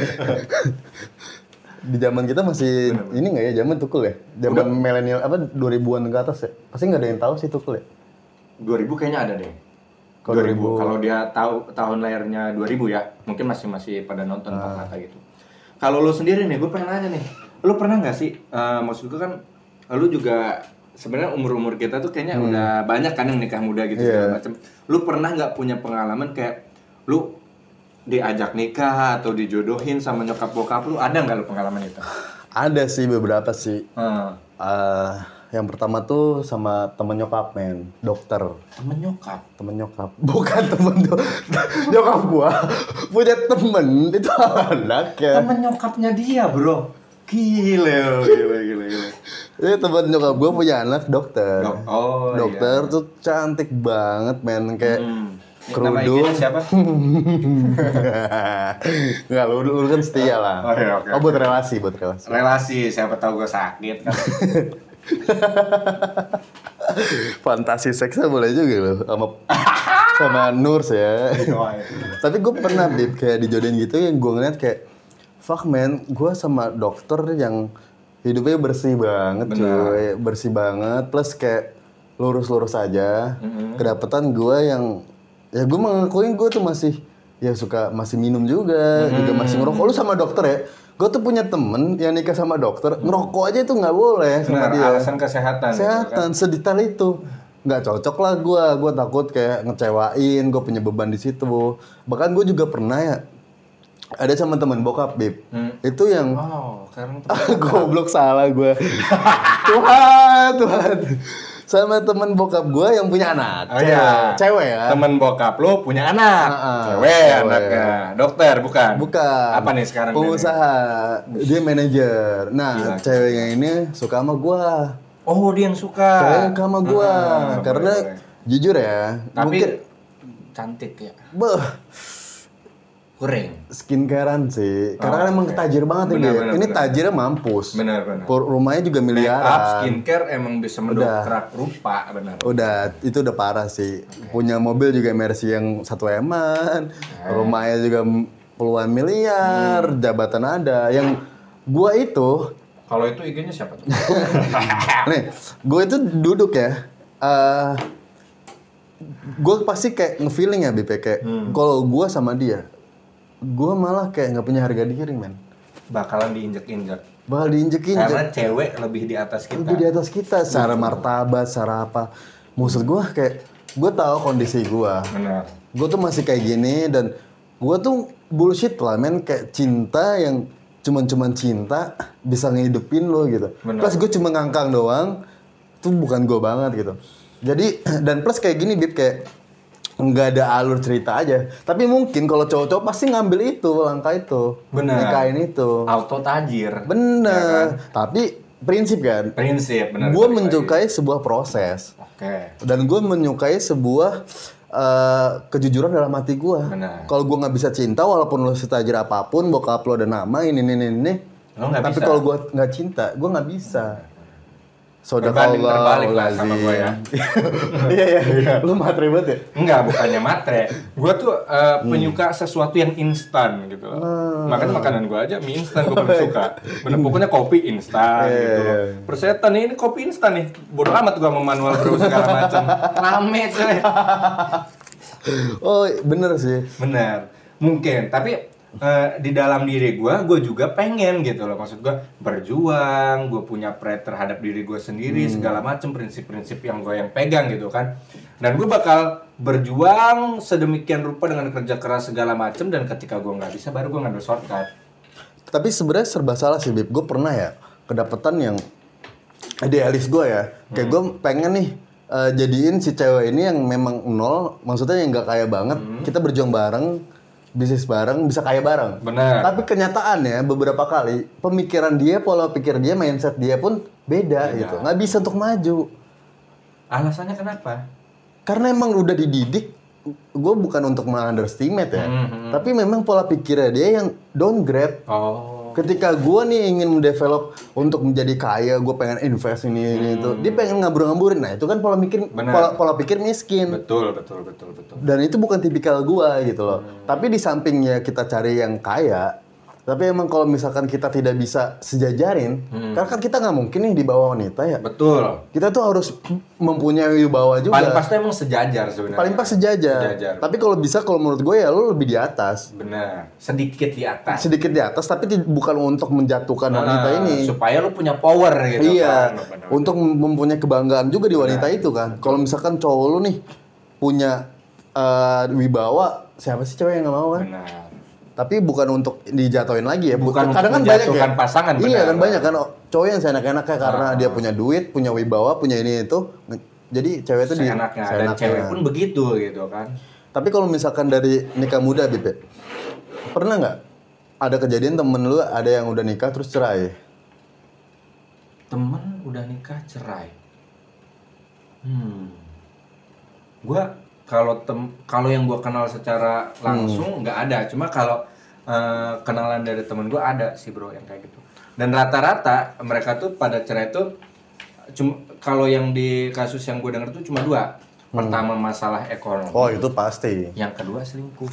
Di zaman kita masih ini nggak ya, zaman tukul ya? Zaman milenial apa 2000-an ke atas ya? Pasti nggak ada yang tahu sih tukul ya? 2000 kayaknya ada deh. 2000. Kalau dia tahu tahun lahirnya 2000 ya, mungkin masih pada nonton kata gitu. Kalau lo sendiri nih, gue pengen nanya nih, lo pernah nggak sih? Maksud gue kan, lo juga sebenarnya umur kita tuh kayaknya udah banyak kan yang nikah muda gitu segala macam. Lo pernah nggak punya pengalaman kayak lo diajak nikah atau dijodohin sama nyokap bokap lu, ada nggak lu pengalaman itu? Ada sih beberapa sih. Yang pertama tuh sama temen nyokap men, dokter. Temen nyokap? Temen nyokap, bukan temen nyokap gua punya temen itu anaknya. Temen nyokapnya dia bro, gile. Ini temen nyokap gua punya anak dokter. Dokter iya. tuh cantik banget men, kayak kerudung. Nama siapa? Enggak, lu kan setia lah. Oke. Buat relasi. Relasi, siapa tahu gue sakit kan. Fantasi seksnya boleh juga loh sama sama nurse ya. Tapi gue pernah Bib kayak dijodohin gitu yang gue ngeliat kayak fuck man, gue sama dokter yang hidupnya bersih banget cuy, bersih banget, plus kayak lurus-lurus aja. Kedapetan gue yang ya gue mengakuin gue tuh masih ya masih minum juga, juga masih ngerokok. Lu sama dokter ya? Gue tuh punya temen yang nikah sama dokter, ngerokok aja itu nggak boleh sama dia. Alasan kesehatan. Kesehatan, gitu kan? Sedetail itu. Nggak cocok lah gue takut kayak ngecewain, gue punya beban di situ. Bahkan gue juga pernah ya, ada sama teman bokap, Bib. Itu yang Sekarang goblok salah gue. Tuhan. Sama teman bokap gue yang punya anak. Cewek ya. Temen bokap lo punya anak. Cewek anaknya. Dokter bukan? Bukan. Apa nih sekarang? Pengusaha. Dia manajer. Nah, ceweknya ini suka sama gue. Oh, dia yang suka. Ceweknya suka sama gue. Karena jujur ya. Tapi mungkin cantik ya. Kuring. Skincarean sih. Karena kan emang tajir banget ini. Ini tajirnya mampus. Benar. Rumahnya juga miliaran. Make up, skincare emang bisa mendongkrak rupa, benar. Itu udah parah sih. Punya mobil juga Mercy yang 1 eman. Rumahnya juga puluhan miliar. Jabatan ada. Yang gua itu. Kalau itu IG-nya siapa tuh? Nih, gua itu duduk ya. Gua pasti kayak nge-feeling ya, Bip, kayak kalau gua sama dia, gue malah kayak nggak punya harga diri, men. Bakalan diinjek-injek. Karena cewek lebih di atas kita. Lebih di atas kita, secara martabat, secara apa. Maksud gue kayak, gue tahu kondisi gue. Benar. Gue tuh masih kayak gini dan gue tuh bullshit lah, men. Kayak cinta yang cuman cinta bisa ngehidupin lo gitu. Benar. Plus gue cuma ngangkang doang, tuh bukan gue banget gitu. Jadi, dan plus kayak gini, Bip, kayak nggak ada alur cerita aja. Tapi mungkin kalau cowok-cowok pasti ngambil itu, langkah itu. Bener. Nikahin itu. Auto tajir. Bener. Ya kan? Tapi prinsip kan? Prinsip, benar. Gue menyukai sebuah proses. Oke. Dan gue menyukai sebuah kejujuran dalam hati gue. Kalau gue nggak bisa cinta, walaupun lo setajir apapun, bokap lo ada nama, ini. Lo nggak tapi bisa. kalau gue nggak cinta, gue nggak bisa. Berbanding terbalik lah sama gue ya. Iya. Lu matre banget ya? Enggak, bukannya matre. Gue tuh penyuka sesuatu yang instan gitu loh. Makanya makanan gue aja mie instan gue paling suka. Bener, pokoknya kopi instan gitu loh. Persetan ini kopi instan nih. Bodoh amat gue sama manual brew segala macam. Rame coy. Oh, bener sih. Bener. Mungkin, tapi di dalam diri gue juga pengen gitu loh. Maksud gue berjuang, gue punya pride terhadap diri gue sendiri, segala macam prinsip-prinsip yang gue yang pegang gitu kan. Dan gue bakal berjuang sedemikian rupa dengan kerja keras segala macam, dan ketika gue nggak bisa baru gue ngambil shortcut. Tapi sebenarnya serba salah sih, Bib. Gue pernah ya kedapetan yang idealis gue ya. Kayak gue pengen nih jadiin si cewek ini yang memang nol, maksudnya yang nggak kaya banget. Kita berjuang bareng, bisnis bareng, bisa kaya bareng. Benar. Tapi kenyataannya beberapa kali pemikiran dia, pola pikir dia, mindset dia pun beda gitu. Nggak bisa untuk maju. Alasannya kenapa? Karena emang udah dididik. Gue bukan untuk meng-underestimate ya. Tapi memang pola pikirnya dia yang downgrade. Ketika gue nih ingin mendevelop untuk menjadi kaya, gue pengen invest ini itu. Dia pengen ngabur-ngaburin. Nah, itu kan pola pikir miskin. Betul. Dan itu bukan tipikal gua gitu loh. Tapi di sampingnya kita cari yang kaya, tapi emang kalau misalkan kita tidak bisa sejajarin, karena kan kita nggak mungkin nih di bawah wanita ya. Betul. Kita tuh harus mempunyai wibawa juga. Paling pasti emang sejajar sebenarnya. Paling pas sejajar. Tapi kalau bisa, kalau menurut gue ya lo lebih di atas. Benar. Sedikit di atas. Sedikit di atas, tapi bukan untuk menjatuhkan wanita ini. Supaya lo punya power gitu iya, kan. Benar. Untuk mempunyai kebanggaan juga di wanita itu kan. Kalau misalkan cowok lo nih punya wibawa, siapa sih cewek yang nggak mau kan? Benar. Tapi bukan untuk dijatuhin lagi ya. Bukan kadang untuk kan banyak ya. pasangan. Iya kan banyak kan cowok yang seenak-enaknya karena dia punya duit, punya wibawa, punya ini itu. Jadi cewek itu seenaknya. Dan cewek pun begitu gitu kan. Tapi kalau misalkan dari nikah muda, Bip, pernah nggak ada kejadian temen lu ada yang udah nikah terus cerai? Temen udah nikah cerai. Gua kalau yang gue kenal secara langsung nggak ada, cuma kalau kenalan dari temen gue ada sih bro yang kayak gitu. Dan rata-rata mereka tuh pada cerai tuh cuma, kalau yang di kasus yang gue denger tuh cuma 2. Pertama masalah ekonomi. Oh itu pasti. Yang kedua selingkuh.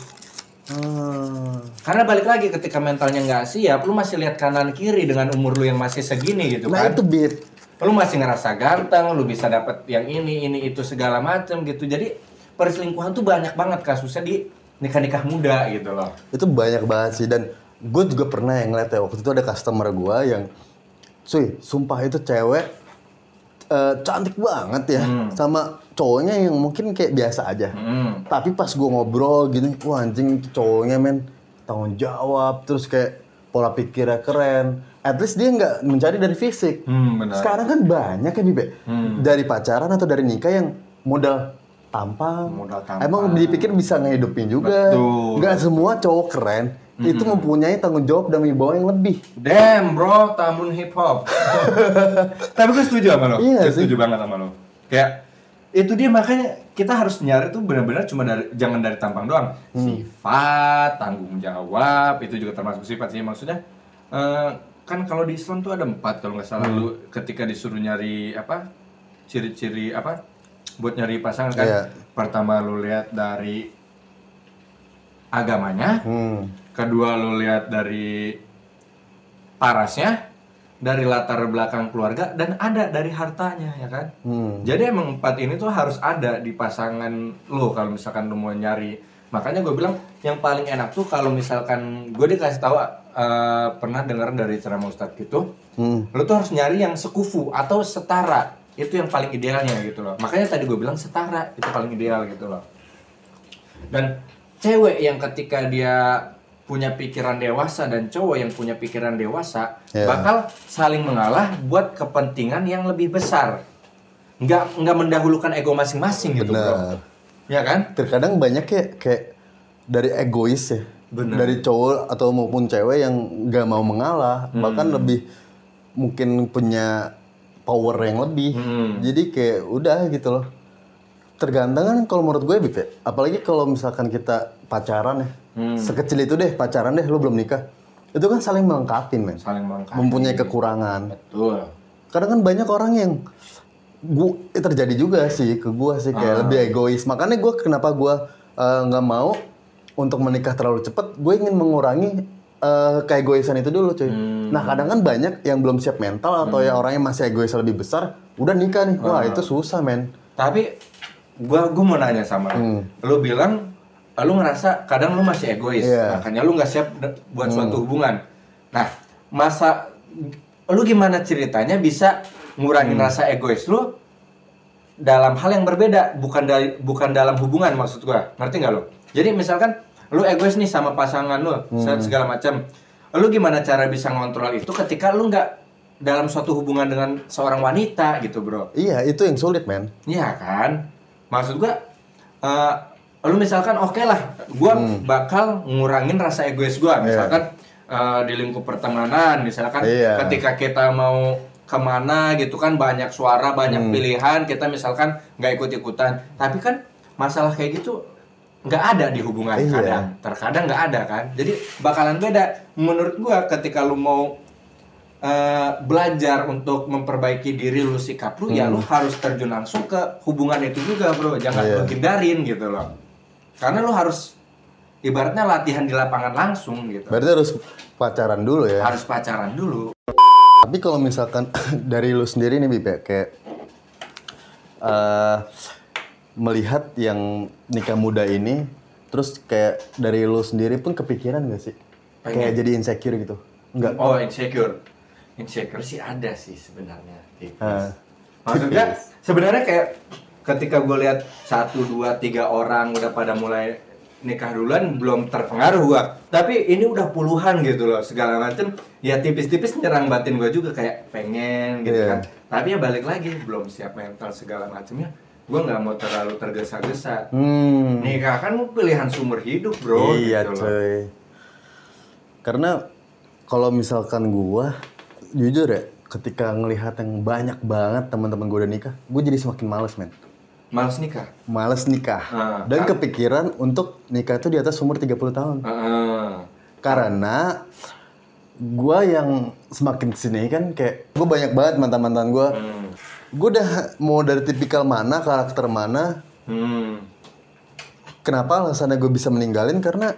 Karena balik lagi ketika mentalnya nggak siap, lu masih lihat kanan kiri dengan umur lu yang masih segini gitu Nah kan. itu beat. Lu masih ngerasa ganteng, lu bisa dapet yang ini itu segala macem gitu. Jadi perselingkuhan tuh banyak banget kasusnya di nikah-nikah muda gitu loh. Itu banyak banget sih, dan gue juga pernah yang ngeliat ya, waktu itu ada customer gue yang cuy, sumpah itu cewek cantik banget ya, sama cowoknya yang mungkin kayak biasa aja. Tapi pas gue ngobrol gini, wah anjing itu cowoknya men tanggung jawab, terus kayak pola pikirnya keren. At least dia nggak mencari dari fisik. Benar. Sekarang kan banyak ya Bibe, dari pacaran atau dari nikah yang modal tampang. Emang dipikir bisa ngehidupin juga. Betul. Nggak semua cowok keren itu mempunyai tanggung jawab dan wibawa yang lebih. Damn bro, Tambun hip hop. Tapi gue setuju sama lo. Iya Gue sih. setuju banget sama lo. Kayak itu dia, makanya kita harus nyari tuh benar-benar cuma dari, jangan dari tampang doang. Sifat, tanggung jawab, itu juga termasuk sifat sih. Maksudnya kan kalau di Islam tuh ada 4 kalau nggak salah. Lu ketika disuruh nyari apa ciri-ciri apa buat nyari pasangan kan. Iya. Pertama lu lihat dari agamanya. Kedua lu lihat dari parasnya, dari latar belakang keluarga, dan ada dari hartanya ya kan. Jadi emang 4 ini tuh harus ada di pasangan lu kalau misalkan lu mau nyari. Makanya gue bilang yang paling enak tuh kalau misalkan gue dikasih tahu pernah dengar dari ceramah ustadz gitu, lu tuh harus nyari yang sekufu atau setara. Itu yang paling idealnya gitu loh. Makanya tadi gue bilang setara itu paling ideal gitu loh. Dan cewek yang ketika dia punya pikiran dewasa dan cowok yang punya pikiran dewasa bakal saling mengalah buat kepentingan yang lebih besar. Nggak mendahulukan ego masing-masing gitu bro. Ya kan? Terkadang banyak kayak dari egois ya. Bener. Dari cowok atau maupun cewek yang nggak mau mengalah, bahkan lebih mungkin punya power yang lebih. Jadi kayak udah gitu loh. Tergantung kan kalau menurut gue Bip ya. Apalagi kalau misalkan kita pacaran ya. Sekecil itu deh pacaran deh, lu belum nikah. Itu kan saling melengkapi men. Saling melengkapi. Mempunyai kekurangan. Betul. Kadang kan banyak orang yang terjadi juga sih ke gue sih kayak lebih egois. Makanya gue kenapa gue nggak mau untuk menikah terlalu cepat. Gue ingin mengurangi keegoisan itu dulu cuy. Nah kadang kan banyak yang belum siap mental atau ya orang yang masih egois lebih besar udah nikah nih. Wah itu susah men. Tapi gua mau nanya sama lu. Lu bilang lu ngerasa kadang lu masih egois, makanya lu nggak siap buat suatu hubungan. Nah, lu gimana ceritanya bisa ngurangin rasa egois lu dalam hal yang berbeda, bukan dalam hubungan maksud gua. Ngerti nggak lu? Jadi misalkan lu egois nih sama pasangan lu, segala macam. Lu gimana cara bisa ngontrol itu ketika lu nggak dalam suatu hubungan dengan seorang wanita gitu, bro? Iya, itu yang sulit men. Iya kan? Maksud gua lu misalkan oke lah, gua bakal ngurangin rasa egois gua. Misalkan di lingkup pertemanan, misalkan ketika kita mau kemana gitu kan banyak suara, banyak pilihan, kita misalkan nggak ikut-ikutan. Tapi kan masalah kayak gitu nggak ada di hubungan terkadang nggak ada kan. Jadi bakalan beda. Menurut gua ketika lu mau belajar untuk memperbaiki diri lu, sikap lu, ya lu harus terjun langsung ke hubungan itu juga bro. Jangan lu hindarin gitu loh. Karena lu harus ibaratnya latihan di lapangan langsung gitu. Berarti harus pacaran dulu ya? Harus pacaran dulu. Tapi kalau misalkan dari lu sendiri nih Bip ya, kayak melihat yang nikah muda ini, terus kayak dari lu sendiri pun kepikiran gak sih? Kayak jadi insecure gitu? Enggak? Oh insecure. Insecure sih ada sih sebenarnya. Maksudnya sebenarnya kayak ketika gue lihat 1, 2, 3 orang udah pada mulai nikah duluan belum terpengaruh gua. Tapi ini udah puluhan gitu loh segala macem. Ya tipis-tipis nyerang batin gua juga kayak pengen gitu kan. Tapi ya balik lagi belum siap mental segala macemnya. Gua nggak mau terlalu tergesa-gesa. Nikah kan pilihan seumur hidup bro. Iya gitu cuy. Karena kalau misalkan gua jujur ya, ketika ngelihat yang banyak banget teman-teman gua udah nikah, gua jadi semakin males men. Males nikah? Males nikah. Dan kepikiran untuk nikah itu di atas umur 30 tahun. Karena gue yang semakin kesini kan kayak gue banyak banget mantan-mantan gue. Gue udah mau dari tipikal mana, karakter mana, Kenapa alasannya gue bisa meninggalin? Karena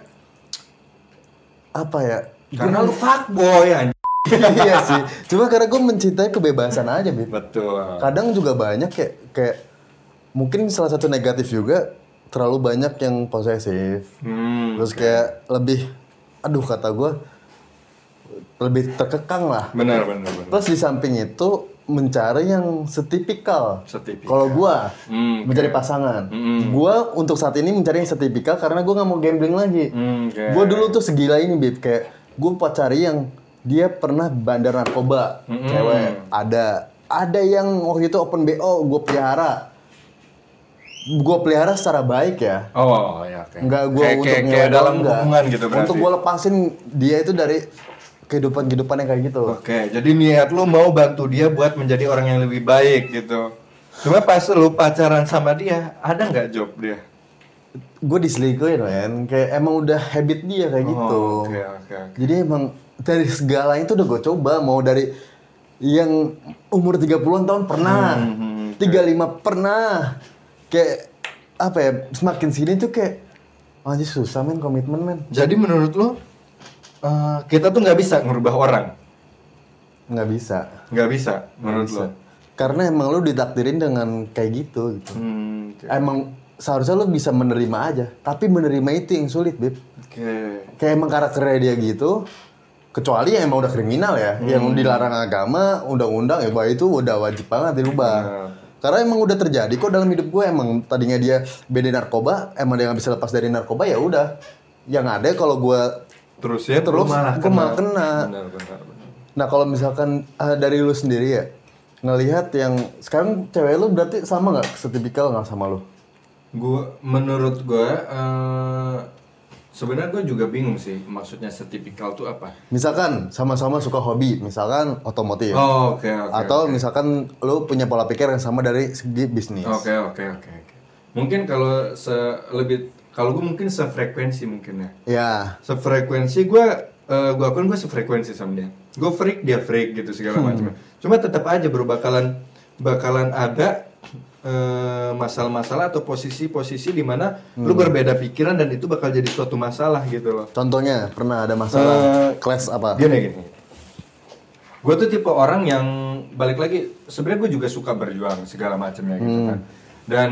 apa ya? Karena lu fuckboy anjing. Iya sih. Cuma karena gue mencintai kebebasan aja, Bib. Betul. Kadang juga banyak kayak mungkin salah satu negatif juga terlalu banyak yang posesif. Terus kayak lebih, aduh kata gue lebih terkekang lah. Benar. Terus di samping itu mencari yang setipikal. Kalau gue mencari pasangan, gue untuk saat ini mencari yang setipikal karena gue nggak mau gambling lagi. Gue dulu tuh segila ini, Bib, kayak gue cari yang dia pernah bandar narkoba, cewek. Ada yang waktu itu open BO gue pelihara secara baik ya. Oh ya, oke. Enggak gue untuk kayak dalam hubungan gitu berarti. Untuk gue lepasin dia itu dari kehidupan yang kayak gitu. Oke, jadi niat lu mau bantu dia buat menjadi orang yang lebih baik gitu. Cuma pas lu pacaran sama dia, ada nggak job dia? Gue diselingkuhin, men. Kayak emang udah habit dia kayak gitu. Oke. Jadi emang dari segala itu udah gue coba. Mau dari yang umur 30-an tahun pernah, 35 pernah. Kayak apa ya, semakin sini tuh kayak anjir susah men, komitmen men. Jadi menurut lu kita tuh nggak bisa ngerubah orang? Nggak bisa menurut lu? Karena emang lu ditakdirin dengan kayak gitu. Okay. Emang seharusnya lu bisa menerima aja, tapi menerima itu yang sulit, Beb. Kayak emang karakternya dia gitu. Kecuali yang emang udah kriminal ya, yang dilarang agama, undang-undang ya, bahwa itu udah wajib banget dirubah. Karena emang udah terjadi kok dalam hidup gue, emang tadinya dia beda narkoba, emang dia nggak bisa lepas dari narkoba, ya udah. Yang ada kalau gue terus gue malah kena. Benar. Nah kalau misalkan dari lu sendiri ya, ngelihat yang sekarang cewek lu berarti sama nggak setipikal nggak sama lu? Menurut gue sebenarnya gue juga bingung sih maksudnya setipikal tuh apa. Misalkan sama-sama suka hobi, misalkan otomotif. Oke. Atau misalkan lu punya pola pikir yang sama dari segi bisnis. Oke. Mungkin kalau kalau gue mungkin sefrekuensi mungkin ya. Ya. Sefrekuensi gue akun gue sefrekuensi sama dia. Gue freak, dia freak gitu segala macam. Cuma tetap aja bro bakalan ada masalah-masalah atau posisi-posisi di mana lu berbeda pikiran dan itu bakal jadi suatu masalah gitu loh. Contohnya pernah ada masalah clash apa? Gini. Gue tuh tipe orang yang balik lagi sebenarnya gue juga suka berjuang segala macamnya gitu kan. Dan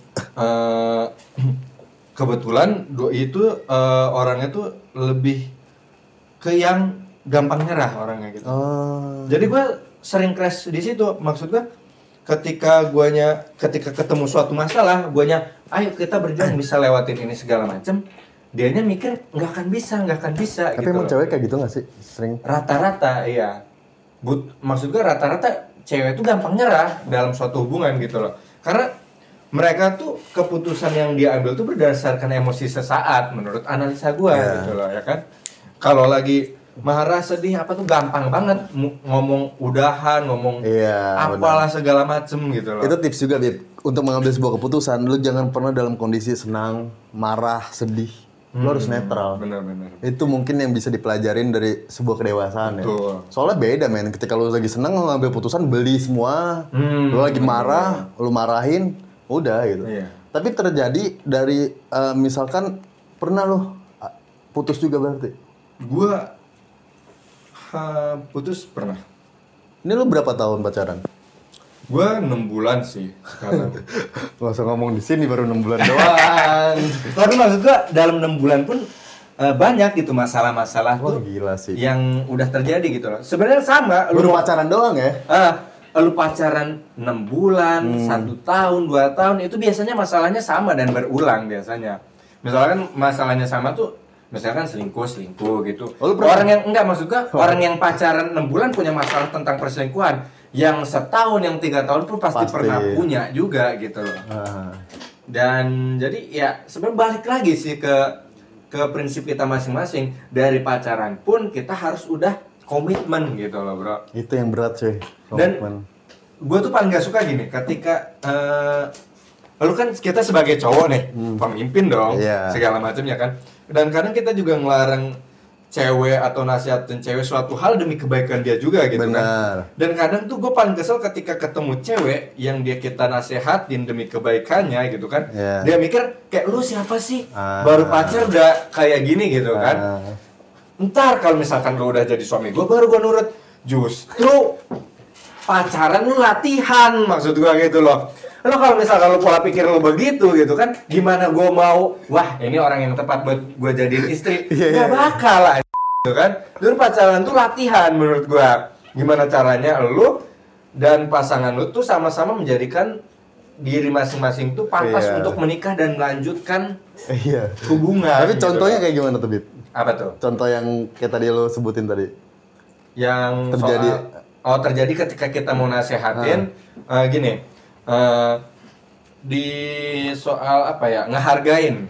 kebetulan doi itu orangnya tuh lebih ke yang gampang nyerah orangnya gitu. Jadi gue sering crash di situ. Maksud gue ketika ketemu suatu masalah, ayo kita berjuang bisa lewatin ini segala macam. Dianya mikir nggak akan bisa. Tapi gitu emang loh. cewek kayak gitu nggak sih? Sering. Rata-rata iya. Maksud gue rata-rata cewek itu gampang nyerah dalam suatu hubungan gitu loh. Karena mereka tuh keputusan yang dia ambil tuh berdasarkan emosi sesaat menurut analisa gue gitu loh ya kan. Kalau lagi marah sedih apa tuh gampang banget ngomong udahan, apalah segala macem gitu loh. Itu tips juga, Bib. Untuk mengambil sebuah keputusan, lu jangan pernah dalam kondisi senang, marah, sedih. Lu harus netral. Benar. Itu mungkin yang bisa dipelajarin dari sebuah kedewasaan. Betul. Ya. Soalnya beda, men. Ketika lu lagi senang, lu ngambil keputusan beli semua. Lu lagi marah, lu marahin, udah gitu. Iya. Tapi terjadi dari misalkan pernah lu putus juga berarti? Gua putus pernah. Ini lu berapa tahun pacaran? Gua 6 bulan sih sekarang. Gak usah ngomong di sini, baru 6 bulan doang. Tapi maksud gua dalam 6 bulan pun banyak gitu masalah-masalah tuh gila sih. yang udah terjadi gitu loh. Sebenarnya sama. Baru pacaran doang ya? Lu pacaran 6 bulan, 1 tahun, 2 tahun itu biasanya masalahnya sama dan berulang biasanya. Misalkan masalahnya sama tuh misalkan selingkuh gitu. Orang yang enggak maksud gua, orang yang pacaran 6 bulan punya masalah tentang perselingkuhan, yang setahun, yang 3 tahun pun pasti pernah punya juga gitu loh. Dan jadi ya sebenarnya balik lagi sih ke prinsip kita masing-masing. Dari pacaran pun kita harus udah komitmen gitu loh, bro. Itu yang berat sih. Dan gue tuh paling gak suka gini, ketika lu kan kita sebagai cowok nih, pemimpin dong, segala macam ya kan. Dan kadang kita juga ngelarang cewek atau nasihatin cewek suatu hal demi kebaikan dia juga gitu Benar. kan. Dan kadang tuh gue paling kesel ketika ketemu cewek yang dia kita nasihatin demi kebaikannya gitu kan. Iya. Dia mikir kayak lu siapa sih? Ah. Baru pacar udah kayak gini gitu kan. Ntar kalau misalkan lu udah jadi suami gue baru gue nurut. Justru pacaran lu latihan maksud gue gitu loh. Lo kalau misalkan lo pola pikir lo begitu gitu kan, gimana gue mau, wah ini orang yang tepat buat gue jadiin istri, Iya, gak bakal lah gitu kan. Dulu pacaran tuh latihan menurut gue. Gimana caranya lo dan pasangan lo tuh sama-sama menjadikan diri masing-masing tuh pantas Iya. untuk menikah dan melanjutkan Iya. hubungan. Tapi gitu contohnya loh. kayak gimana tuh, Bib? Apa tuh? Contoh yang kayak tadi lo sebutin tadi. Yang Terjadi. terjadi ketika kita mau nasehatin gini. Di soal apa ya, ngehargain.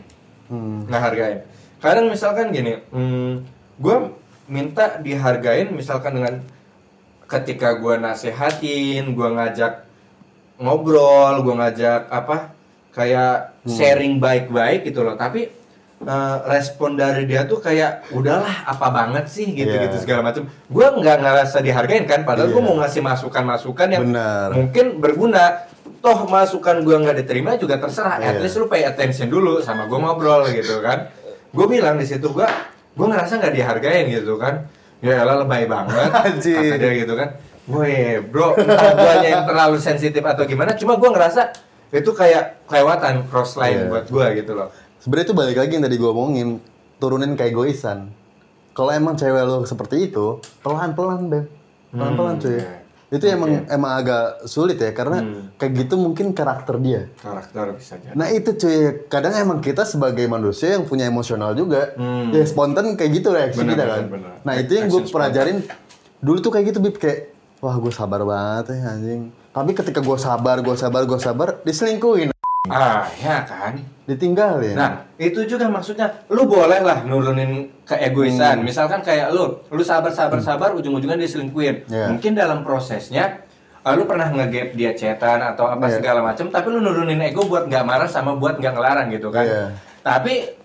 Kadang misalkan gini, gue minta dihargain misalkan dengan ketika gue nasehatin, gue ngajak ngobrol, gue ngajak apa kayak sharing baik-baik gitu loh. Tapi respon dari dia tuh kayak udahlah apa banget sih gitu-gitu Iya. segala macam. Gue nggak ngerasa dihargain kan, padahal gue Iya. mau ngasih masukan-masukan yang Benar. mungkin berguna. Toh masukan gue nggak diterima juga terserah. At Iya. least lu pay attention dulu sama gue ngobrol gitu kan. Gue bilang di situ gue ngerasa nggak dihargain gitu kan. Ya elah lebay banget Anjir. kata dia gitu kan. Woi bro, entah guanya yang terlalu sensitif atau gimana. Cuma gue ngerasa itu kayak kelewatan cross line Iya. buat gue gitu loh. Sebenarnya itu balik lagi yang tadi gue omongin, turunin keegoisan. Kalau emang cewek lo seperti itu, pelan-pelan, Beb. Pelan-pelan, cuy. Oke. Itu emang agak sulit ya, karena kayak gitu mungkin karakter dia. Karakter bisa jadi. Nah itu cuy, kadang emang kita sebagai manusia yang punya emosional juga, ya spontan kayak gitu reaksi Bener, kita bener, kan. bener. Nah itu yang gue Action pelajarin dulu tuh kayak gitu, Bib, kayak wah gue sabar banget ya anjing. Tapi ketika gue sabar, diselingkuhin, Ya kan. ditinggalin. Nah, itu juga maksudnya lu boleh lah nurunin keegoisan. Misalkan kayak lu sabar, ujung-ujungnya diselingkuhin. Iya. Mungkin dalam prosesnya lu pernah nge-gap dia chatan atau apa Iya. segala macam, tapi lu nurunin ego buat nggak marah sama buat nggak ngelarang gitu kan. Iya. Tapi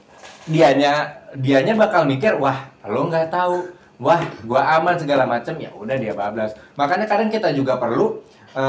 dianya bakal mikir, wah, lu nggak tahu, wah, gua aman segala macam, ya udah dia bablas. Makanya kadang kita juga perlu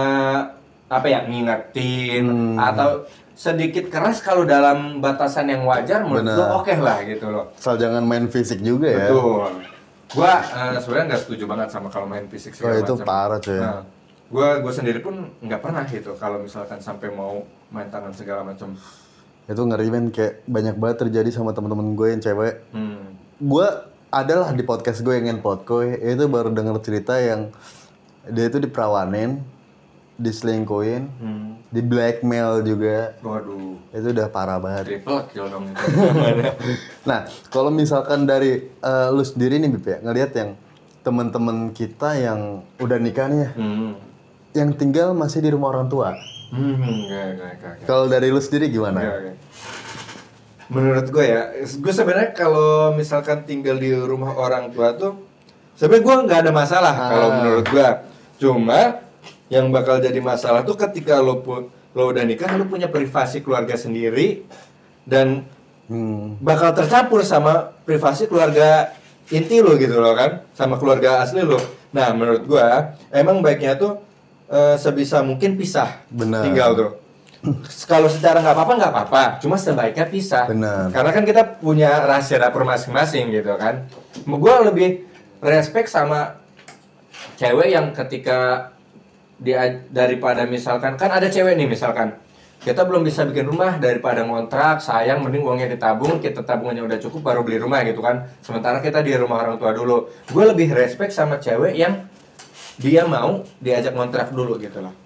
ngingetin atau sedikit keras kalau dalam batasan yang wajar menurut Bener. gua oke lah gitu loh. Asal jangan main fisik juga ya. Betul. Gua sebenarnya nggak setuju banget sama kalau main fisik Oh, segala itu macam. parah, cuy. Nah, gua sendiri pun nggak pernah gitu kalau misalkan sampai mau main tangan segala macam. Itu ngeri men, kayak banyak banget terjadi sama teman-teman gue yang cewek. Gue adalah di podcast gue yang Ngenpodcoy, itu baru denger cerita yang dia itu diperawanin, diselingkuhin, di blackmail juga. Waduh, Itu udah parah banget. triple kill dong itu. Nah, kalau misalkan dari lu sendiri nih Bip ya, ngelihat yang teman-teman kita yang udah nikah nih ya, yang tinggal masih di rumah orang tua. Enggak. Kalau dari lu sendiri gimana? Oke. Menurut gue ya, gue sebenarnya kalau misalkan tinggal di rumah orang tua tuh, sebenarnya gue nggak ada masalah kalau menurut gue. Cuma yang bakal jadi masalah tuh ketika lo udah nikah, lo punya privasi keluarga sendiri dan bakal tercampur sama privasi keluarga inti lo gitu loh kan, sama keluarga asli lo. Nah menurut gue emang baiknya tuh sebisa mungkin pisah. Benar. Tinggal tuh. Kalau secara nggak apa-apa, cuma sebaiknya pisah. Benar. Karena kan kita punya rahasia dapur masing-masing gitu kan. Gue lebih respect sama cewek yang ketika dia daripada misalkan kan ada cewek nih misalkan kita belum bisa bikin rumah, daripada ngontrak sayang mending uangnya ditabung, kita tabungannya udah cukup baru beli rumah gitu kan. Sementara kita di rumah orang tua dulu. Gue lebih respect sama cewek yang dia mau diajak ngontrak dulu gitu loh.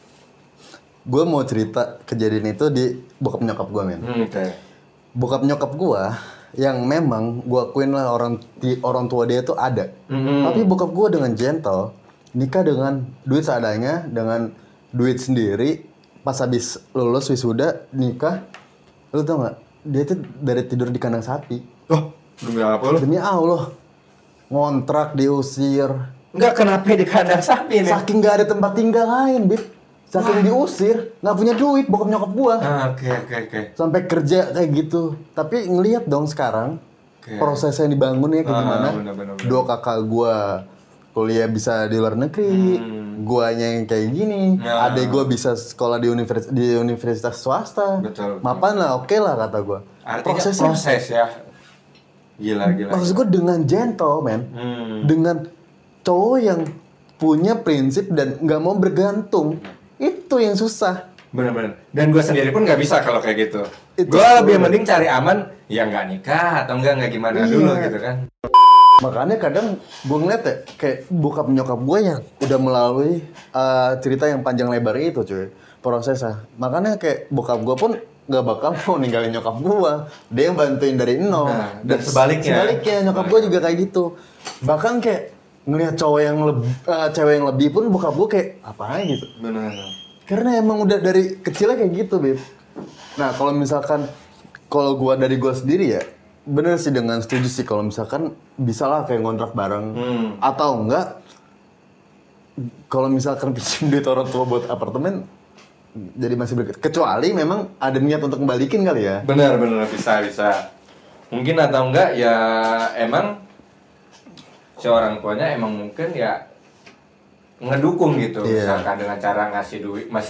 Gue mau cerita kejadian itu di bokap nyokap gue men. Oke. Bokap nyokap gue yang memang gue akuin lah orang tua dia tuh ada. Tapi bokap gue dengan gentle, nikah dengan duit seadanya, dengan duit sendiri. Pas habis lulus wisuda nikah, lu tau nggak? Dia tuh dari tidur di kandang sapi. Oh, demi apa lu? Demi Allah, ngontrak diusir. Enggak, kenapa di kandang sapi nih? Saking nggak ada tempat tinggal lain, Bib. Saking diusir, nggak punya duit bokap nyokap gua. Oke. Sampai kerja kayak gitu. Tapi ngelihat dong sekarang, prosesnya yang dibangunnya kayak gimana. Bener. Dua kakak gua kuliah bisa di luar negeri, guanya yang kayak gini, adek gua bisa sekolah di universitas swasta. Betul. Mapan lah, oke lah kata gua. Artinya proses ya. Gila. Maksud gua dengan gentle, man. Dengan cowok yang punya prinsip dan nggak mau bergantung. Itu yang susah. Bener. Dan gue sendiri pun nggak bisa kalau kayak gitu. Gue lebih mending cari aman, ya nggak nikah atau nggak gimana dulu gitu kan. Makanya kadang gue ngeliat ya, kayak bokap nyokap gue yang udah melalui cerita yang panjang lebar itu cuy, prosesnya. Makanya kayak bokap gue pun nggak bakal mau ninggalin nyokap gue. Dia yang bantuin dari nol. Dan sebaliknya nyokap gue juga kayak gitu. Bahkan kayak ngelihat cewek yang lebih pun bokap gue kayak apaan gitu. Bener. Karena emang udah dari kecilnya kayak gitu, Bib. Nah, kalau misalkan dari gue sendiri ya, bener sih dengan setuju sih kalau misalkan bisa lah kayak ngontrak bareng atau enggak kalau misalkan pinjam duit orang tua buat apartemen jadi masih kecuali memang ada niat untuk kembalikin kali ya. Bener bisa. Mungkin atau enggak ya emang si orang tuanya emang mungkin ya ngedukung gitu, misalkan dengan cara ngasih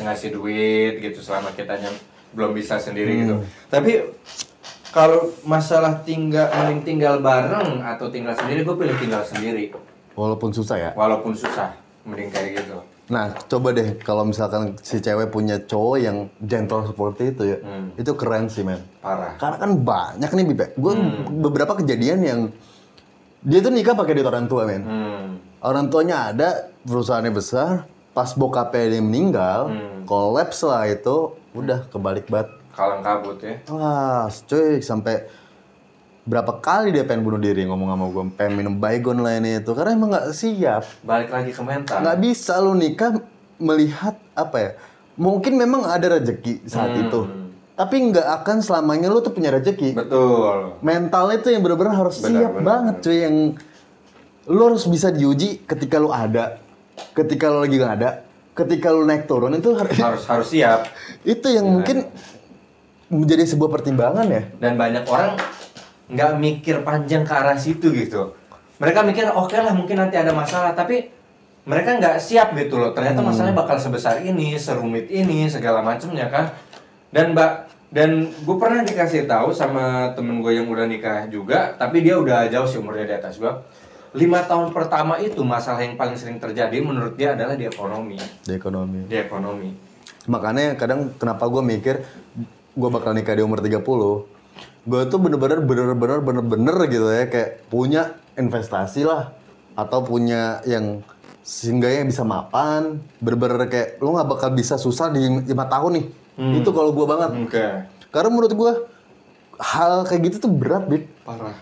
duit gitu selama kitanya belum bisa sendiri gitu. Tapi kalau masalah mending tinggal bareng atau tinggal sendiri, gue pilih tinggal sendiri. Walaupun susah ya? Walaupun susah, mending kayak gitu. Nah, coba deh kalau misalkan si cewek punya cowok yang gentle seperti itu ya, itu keren sih, men. Parah. Karena kan banyak nih, Bib. Gue beberapa kejadian yang dia tuh nikah pakai duit orang tua, men. Orang tuanya ada, perusahaannya besar, pas bokapnya dia meninggal, kolaps lah itu, udah kebalik banget. Kalang kabut ya. Wah, cuy, sampai berapa kali dia pengen bunuh diri ngomong sama gue, pengen minum baygon lah ini itu, karena emang nggak siap. Balik lagi ke mental. Nggak bisa lu nikah melihat apa ya? Mungkin memang ada rezeki saat itu, tapi nggak akan selamanya lu tuh punya rezeki. Betul. Mentalnya tuh yang benar-benar harus siap banget, cuy. Yang lu harus bisa diuji ketika lu ada, ketika lu lagi nggak ada, ketika lu naik turun itu harus siap. Itu yang mungkin menjadi sebuah pertimbangan ya. Dan banyak orang nggak mikir panjang ke arah situ gitu. Mereka mikir oke lah mungkin nanti ada masalah, tapi mereka nggak siap gitu loh. Ternyata masalahnya bakal sebesar ini, serumit ini, segala macamnya kan. Dan gue pernah dikasih tahu sama temen gue yang udah nikah juga, tapi dia udah jauh sih umurnya di atas gue. 5 tahun pertama itu masalah yang paling sering terjadi menurut dia adalah di ekonomi. Di ekonomi. Makanya kadang kenapa gue mikir gue bakal nikah di umur 30. Gue tuh bener-bener gitu ya, kayak punya investasi lah atau punya yang seenggaknya bisa mapan, bener-bener kayak lo nggak bakal bisa susah di 5 tahun nih. Itu kalau gue banget. Karena menurut gue hal kayak gitu tuh berat, Bib. Parah.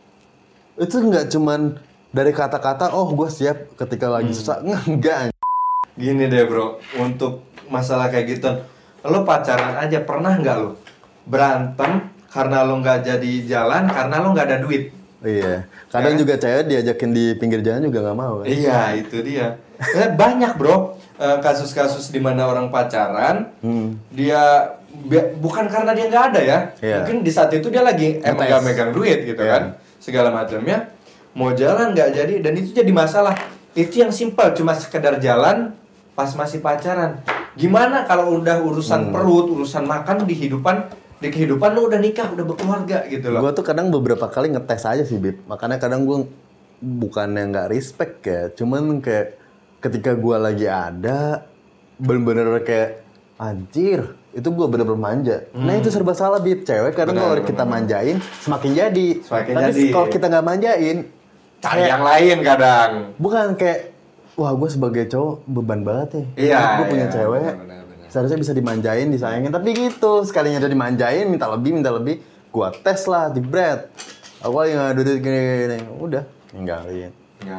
Itu nggak cuman dari kata-kata oh gue siap ketika lagi susah, enggak. Gini deh bro, untuk masalah kayak gitu, lo pacaran aja pernah nggak lo berantem karena lo nggak jadi jalan karena lo nggak ada duit? Iya, kadang juga cewek diajakin di pinggir jalan juga nggak mau kan? Iya, itu dia. Banyak bro, kasus-kasus di mana orang pacaran, dia bukan karena dia nggak ada ya, mungkin di saat itu dia lagi emang nggak megang duit gitu kan, segala macamnya, mau jalan nggak jadi, dan itu jadi masalah. Itu yang simpel, cuma sekedar jalan pas masih pacaran. Gimana kalau udah urusan perut, urusan makan di kehidupan lo udah nikah, udah berkeluarga gitu loh. Gue tuh kadang beberapa kali ngetes aja sih, Bib. Makanya kadang gue bukannya nggak respect ya, cuman kayak ketika gue lagi ada, bener-bener kayak anjir, itu gue bener-bener manja. Nah itu serba salah, Bib. Cewek kadang kalau kita manjain semakin jadi. Tapi kalau kita nggak manjain, cari yang lain kadang. Bukan kayak wah gue sebagai cowok beban banget ya. Iya. Gue punya cewek. Bener. Seharusnya bisa dimanjain, disayangin. Tapi gitu, sekalinya udah dimanjain, minta lebih. Gue tes lah, jebret. Aku lagi nggak duduk gini. Udah, ninggalin kan.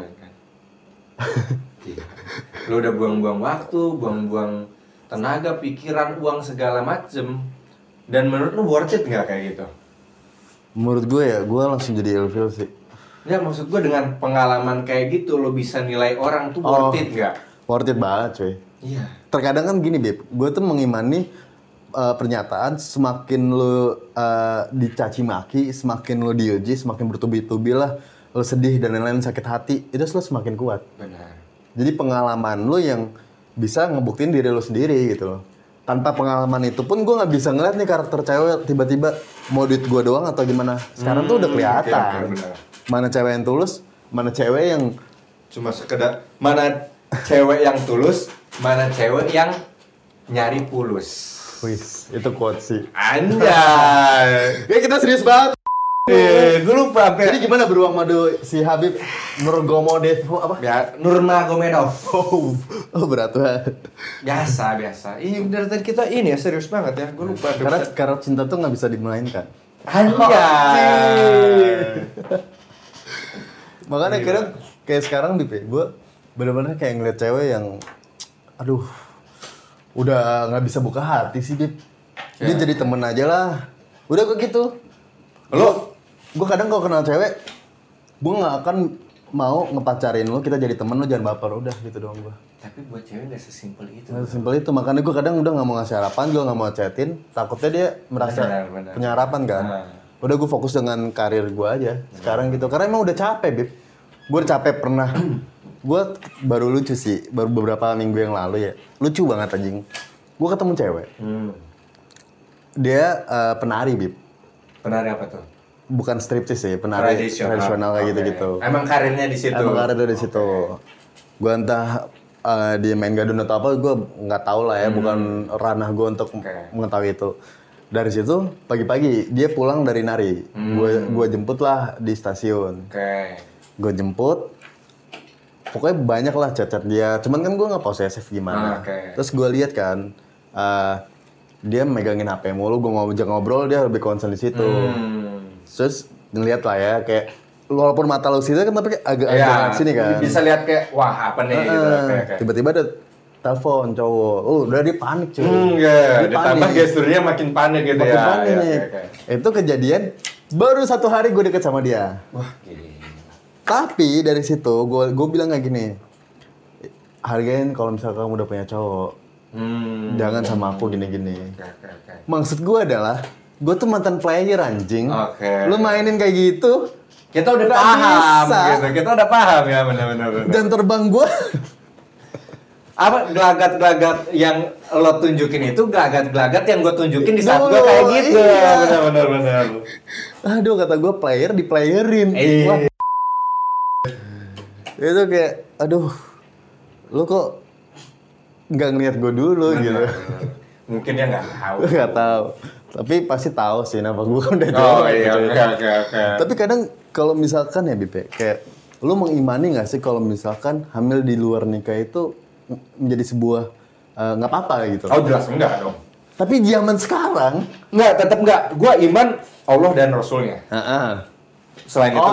Lu udah buang-buang waktu, buang-buang tenaga, pikiran, uang, segala macem. Dan menurut lu worth it nggak kayak gitu? Menurut gue ya, gue langsung jadi ilfil sih. Ya maksud gue dengan pengalaman kayak gitu lo bisa nilai orang tuh worth it nggak? Worth it banget cuy. Iya. Terkadang kan gini Beb, gue tuh mengimani pernyataan, semakin lu dicaci maki, semakin lu diuji, semakin bertubi-tubi lah, lu sedih dan lain-lain, sakit hati, itu lu semakin kuat. Benar. Jadi pengalaman lu yang bisa ngebuktiin diri lu sendiri gitu loh. Tanpa pengalaman itu pun gue nggak bisa ngeliat nih karakter cewek tiba-tiba mau duit gue doang atau gimana. Sekarang tuh udah kelihatan. Benar. Mana cewek yang tulus, mana cewek yang Cuma sekedar mana cewek yang tulus, mana cewek yang nyari pulus. wis, itu quote sih. Anjay. Ya kita serius banget. Gue lupa. Jadi gimana beruang madu si Habib Nurmagomedov apa? Ya, Nurmagomedov. Oh berat banget. Biasa. Iya, dari tadi kita ini ya serius banget ya. Gue lupa. Karena cinta tuh nggak bisa dimainkan. Anjay. Makanya kadang kayak sekarang Bip, gue bener-bener kayak ngeliat cewek yang, aduh, udah nggak bisa buka hati sih Bip. Dia jadi temen aja lah. Udah gue gitu. Gue kadang kalau kenal cewek, gue nggak akan mau ngepacarin lo, kita jadi temen lo, jangan baper, udah gitu doang gue. Tapi buat cewek gak sesimpel itu. Nggak sesimpel itu, makanya gue kadang udah nggak mau ngasih harapan, gue nggak mau chatin, takutnya dia merasa Benar. punya harapan kan. Udah gue fokus dengan karir gue aja sekarang gitu, karena emang udah capek Bib. Gue udah capek pernah, gue baru lucu sih, baru beberapa minggu yang lalu ya, lucu banget anjing. Gue ketemu cewek, dia penari Bib. Penari apa tuh? Bukan striptease sih, penari tradisional kayak gitu-gitu. Emang karirnya di situ. Emang karirnya di situ. Gue entah dia main gadun atau apa, gue nggak tahu lah ya, bukan ranah gue untuk mengetahui itu. Dari situ pagi-pagi dia pulang dari nari, gue jemput lah di stasiun. Gue jemput, pokoknya banyak lah chat-chat dia. Cuman kan gue nggak posesif gimana. Terus gue lihat kan, dia megangin HP mulu, gue mau ajak ngobrol, dia lebih concern di situ. Terus ngeliat lah ya, kayak walaupun mata lu situ kan tapi agak sini kan. Bisa lihat kayak wah apa nih gitu. Tiba-tiba ada telepon cowok. Udah dia panik cuy. Ditambah gesturnya makin panik gitu makin ya. Panik. Itu kejadian baru 1 hari gue deket sama dia. Wah, gini. Tapi dari situ gue bilang kayak gini. Hargain kalau misalkan kamu udah punya cowok. Jangan sama aku gini-gini. Maksud gue adalah, gue tuh mantan player anjing. Lu mainin kayak gitu, kita udah paham gitu. Kita udah paham ya, benar. Dan terbang gue. Apa gelagat-gelagat yang lo tunjukin itu gelagat-gelagat yang gue tunjukin di saat gue kayak gitu. Iya. Benar. Aduh, kata gue player diplayerin. Wah. Itu kayak, aduh, lu kok nggak ngeliat gue dulu gitu. Mungkin dia nggak tahu. Nggak tahu. Tapi pasti tahu sih nama gue udah jauh. Oh iya, oke. Tapi kadang kalau misalkan ya Bipe, kayak lu mengimani nggak sih kalau misalkan hamil di luar nikah itu menjadi sebuah nggak apa-apa gitu? Oh jelas enggak dong. Tapi zaman sekarang nggak, tetap nggak. Gue iman Allah dan Rasulnya. Selain itu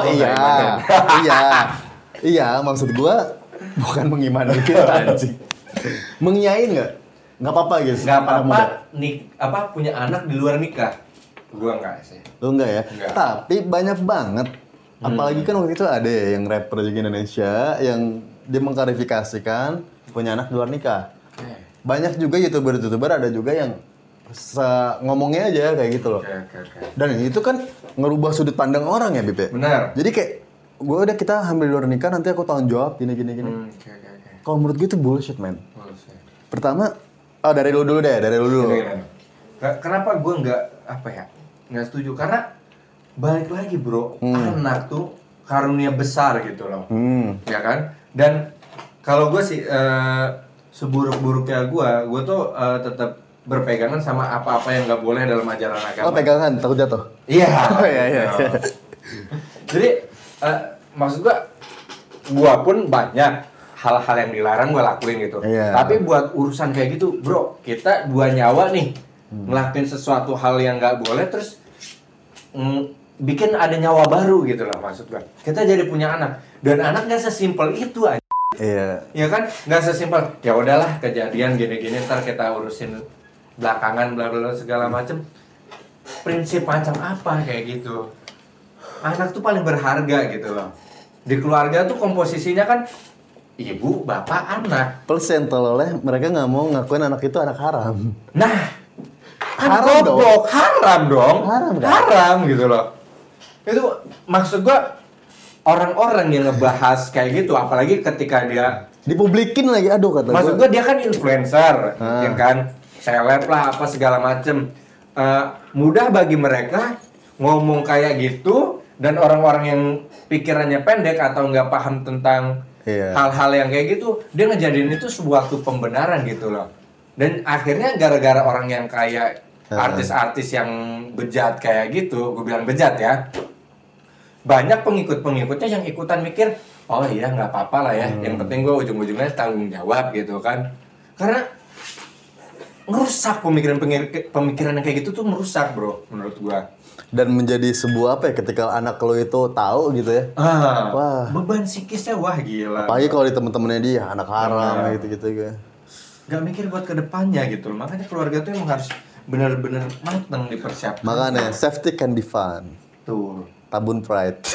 iya, maksud gue bukan mengimani kita anjing. Mengiyain nggak apa-apa guys. Nggak apa-apa punya anak di luar nikah. Gua enggak sih. Lu enggak ya? Enggak. Tapi banyak banget. Apalagi kan waktu itu ada ya yang rapper di Indonesia yang dia mengklarifikasikan punya anak di luar nikah. Banyak juga YouTuber ada juga yang ngomongnya aja kayak gitu loh. Dan itu kan ngerubah sudut pandang orang ya, Bip. Benar. Jadi kayak kita hamil di luar nikah, nanti aku tanggung jawab gini. Kalau menurut gue itu bullshit, man. Pertama, dari lu dulu. Kenapa gue nggak setuju? Karena balik lagi bro, anak tuh karunia besar gitu loh, ya kan? Dan kalau gue sih seburuk-buruknya gue tuh tetap berpegangan sama apa-apa yang nggak boleh dalam ajaran agama. Oh, pegangan, takut jatuh? Iya. Oh iya. Jadi maksud gue pun banyak hal-hal yang dilarang gue lakuin gitu. Tapi buat urusan kayak gitu, bro, kita 2 nyawa nih ngelakuin sesuatu hal yang nggak boleh, terus bikin ada nyawa baru gitu loh maksud gue. Kita jadi punya anak, dan anak nggak sesimpel itu aja. Iya. Ya kan, nggak sesimpel. Ya udahlah kejadian gini-gini ntar kita urusin belakangan bla bla segala macem. Prinsip macam apa kayak gitu? Anak tuh paling berharga gitu loh. Di keluarga tuh komposisinya kan ibu, bapak, anak. Plus yang tololnya mereka nggak mau ngakuin anak itu anak haram. Nah, Kan Haram dong. goblok, haram dong. Haram kan? Haram gitu loh. Itu maksud gua orang-orang yang ngebahas kayak gitu, apalagi ketika dia Dipublikin lagi, aduh kata maksud gua. gua dia kan influencer, mungkin kan seleb lah apa segala macem. Mudah bagi mereka ngomong kayak gitu dan orang-orang yang pikirannya pendek atau nggak paham tentang Iya. hal-hal yang kayak gitu, dia ngejadiin itu suatu pembenaran gitu loh. Dan akhirnya gara-gara orang yang kayak artis-artis yang bejat kayak gitu, gue bilang bejat ya, banyak pengikut-pengikutnya yang ikutan mikir, oh iya nggak apa-apa lah ya, yang penting gue ujung-ujungnya tanggung jawab gitu kan. Karena ngerusak pemikiran yang kayak gitu tuh merusak bro, menurut gue. Dan menjadi sebuah apa ya ketika anak lo itu tahu gitu ya. Wah. Beban psikisnya wah gila. Apalagi kalau di temen-temennya dia anak haram Iya. gitu-gitu kan. Gak mikir buat kedepannya gitu loh. Makanya keluarga tuh emang harus benar-benar matang dipersiapkan. Makanya safety can be fun. Tuh. Tabun pride.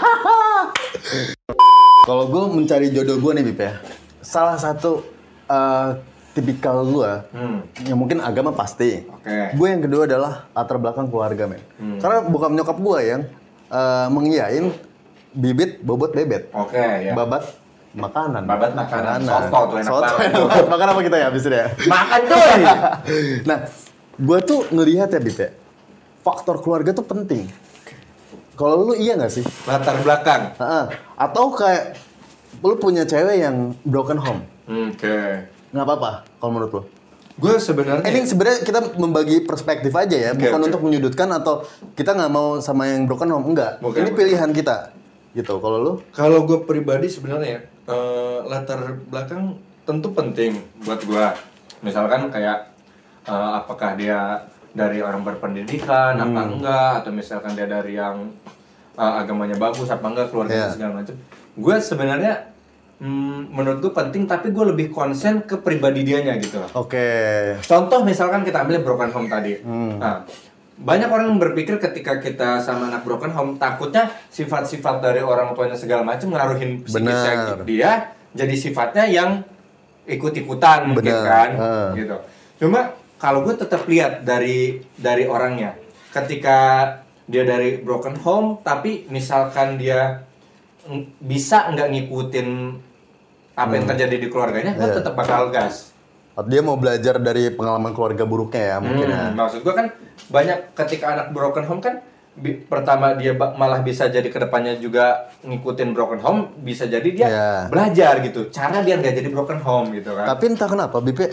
Kalau gue mencari jodoh gue nih Bip ya, salah satu tipikal gue, yang mungkin agama pasti. Oke. Gue yang kedua adalah latar belakang keluarga men. Karena bokap nyokap gue yang mengiyain bibit bobot bebet, Oke ya. babat makanan. Babat makanan. Soto tuh enak banget. Soto. Makan apa kita ya abis ini ya? Makan coy. Nah, gue tuh ngelihat ya Bip ya, faktor keluarga tuh penting. Kalau lu iya nggak sih? Latar belakang. Atau kayak lu punya cewek yang broken home, Oke. nggak apa-apa kalau menurut lu? Gue sebenarnya Ini sebenarnya kita membagi perspektif aja ya, bukan oke. untuk menyudutkan atau kita nggak mau sama yang broken home, enggak. Oke, Ini oke. pilihan kita, gitu. Kalau lu? kalau gue pribadi sebenarnya latar belakang tentu penting buat gue. Misalkan kayak apakah dia dari orang berpendidikan apa enggak, atau misalkan dia dari yang agamanya bagus apa enggak, keluarganya Iya. segala macam. Gue sebenarnya menurut gue penting, tapi gue lebih konsen ke pribadi dianya gitu loh. Oke. Contoh misalkan kita ambil broken home tadi. Nah, banyak orang yang berpikir ketika kita sama anak broken home, takutnya sifat-sifat dari orang tuanya segala macam ngaruhin psikisnya Benar. dia, jadi sifatnya yang ikut-ikutan mungkin Benar. kan, gitu. Cuma kalau gue tetap lihat dari orangnya, ketika dia dari broken home, tapi misalkan dia bisa nggak ngikutin apa yang terjadi di keluarganya, gue tetap bakal gas. Dia mau belajar dari pengalaman keluarga buruknya ya mungkin ya. Maksud gue kan banyak ketika anak broken home kan pertama dia malah bisa jadi kedepannya juga ngikutin broken home, bisa jadi dia Iya. belajar gitu cara biar nggak jadi broken home gitu kan. Tapi entah kenapa, Bipe,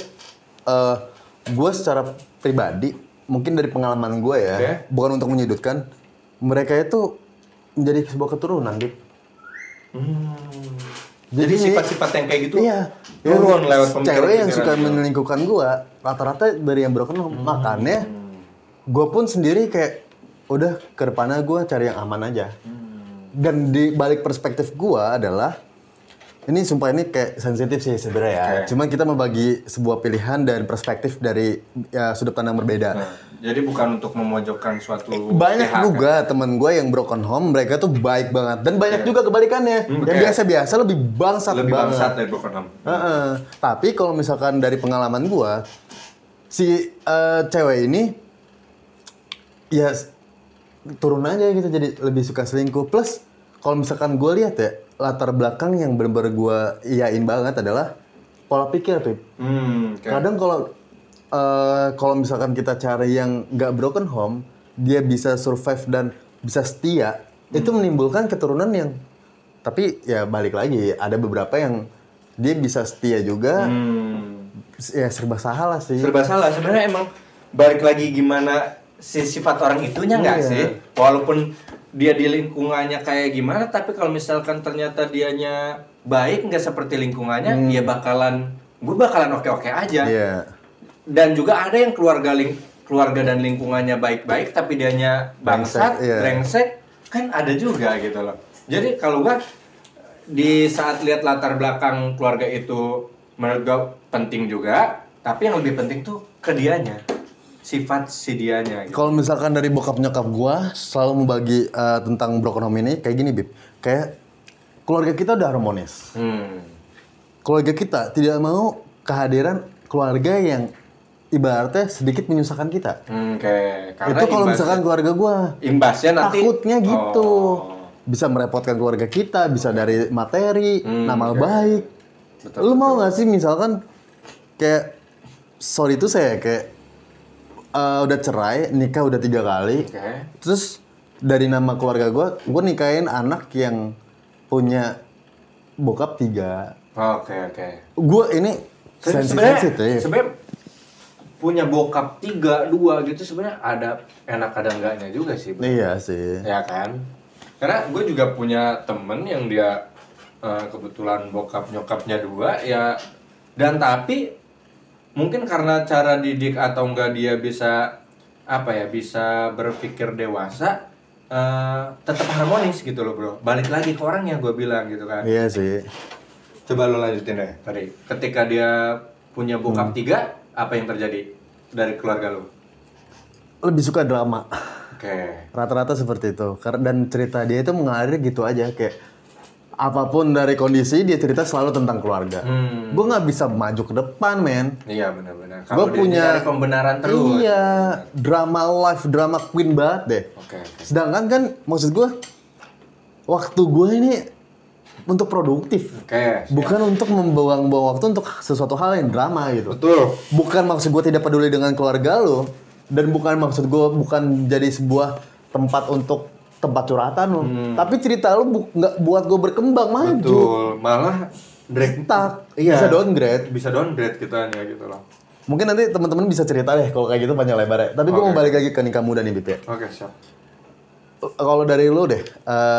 gue secara pribadi, mungkin dari pengalaman gue ya, Oke. bukan untuk menyudutkan, mereka itu menjadi sebuah keturunan, Bip. Jadi sifat-sifat yang kayak gitu Iya. turun lewat pemikiran. Cewek yang suka menyelingkuhkan gue, rata-rata dari yang broken home. Makanya, gue pun sendiri kayak, udah ke depannya gue cari yang aman aja. Dan di balik perspektif gue adalah, ini sumpah ini kayak sensitif sih sebenarnya ya. Oke. Cuman kita membagi sebuah pilihan dan perspektif dari sudut pandang berbeda. Nah, jadi bukan untuk memojokkan suatu Banyak pihak, juga temen gue yang broken home, mereka tuh baik banget. Dan banyak Oke. juga kebalikannya. Oke. Yang biasa-biasa lebih bangsat lebih banget. bangsat dari broken home. Tapi kalau misalkan dari pengalaman gue, si cewek ini ya turun aja gitu, jadi lebih suka selingkuh. Plus kalau misalkan gue lihat ya, latar belakang yang bener-bener gue iyain banget adalah pola pikir, Pip. Oke. Kadang kalau misalkan kita cari yang nggak broken home, dia bisa survive dan bisa setia, itu menimbulkan keturunan yang, tapi ya balik lagi, ada beberapa yang dia bisa setia juga, ya serba salah sih. Serba salah sebenarnya, emang balik lagi gimana si sifat orang itunya nggak Iya. sih, walaupun dia di lingkungannya kayak gimana, tapi kalau misalkan ternyata dianya baik nggak seperti lingkungannya, ya gue bakalan oke-oke aja. Iya. Dan juga ada yang keluarga dan lingkungannya baik-baik tapi dianya bangsat, Brengsek, iya. brengsek, kan ada juga gitu loh. Jadi kalau gua di saat lihat latar belakang keluarga itu menurut gua penting juga, tapi yang lebih penting tuh ke dianya, sifat si dianya gitu. Kalau misalkan dari bokap nyokap gua selalu membagi tentang broken home ini kayak gini, Bib. Kayak keluarga kita udah harmonis. Keluarga kita tidak mau kehadiran keluarga yang ibaratnya sedikit menyusahkan kita. Karena Itu kalau misalkan keluarga gue imbasnya nanti takutnya gitu. Oh. Bisa merepotkan keluarga kita, bisa dari materi, nama baik. Betul, Lu mau nggak sih misalkan kayak sorry itu saya kayak udah cerai, nikah udah 3 kali. Terus dari nama keluarga gue nikahin anak yang punya bokap 3. Oke. Gue ini sensitif. Sebenarnya punya bokap 3, 2 gitu sebenarnya ada enak ada enggaknya juga sih. Iya sih. Ya kan? Karena gue juga punya temen yang dia kebetulan bokap nyokapnya 2 ya, dan tapi mungkin karena cara didik atau enggak dia bisa bisa berpikir dewasa, tetap harmonis gitu loh bro. Balik lagi ke orangnya gue bilang gitu kan. Iya sih. Coba lo lanjutin deh tadi. Ketika dia punya bokap 3, apa yang terjadi dari keluarga lo? Lebih suka drama. Oke. Rata-rata seperti itu. Dan cerita dia itu mengalir gitu aja kayak apapun dari kondisi dia cerita selalu tentang keluarga. Gue nggak bisa maju ke depan, men. Iya benar-benar. Gue punya nyari pembenaran terus. Iya, drama life, drama queen banget deh. Oke. Sedangkan kan maksud gue waktu gue ini untuk produktif. Oke. Bukan untuk membuang-buang waktu untuk sesuatu hal yang drama gitu. Betul. Bukan maksud gue tidak peduli dengan keluarga lo, dan bukan maksud gue bukan jadi sebuah tempat untuk tempat curhatan lo. Tapi cerita lo nggak buat gue berkembang maju. Betul. Malah Stuck. Iya. Bisa downgrade. Bisa downgrade kita ya gitu loh. Mungkin nanti teman-teman bisa cerita deh kalau kayak gitu panjang lebar ya. Tapi gue mau balik lagi ke nikah muda nih Bip ya. Oke, siap. Kalau dari lo deh,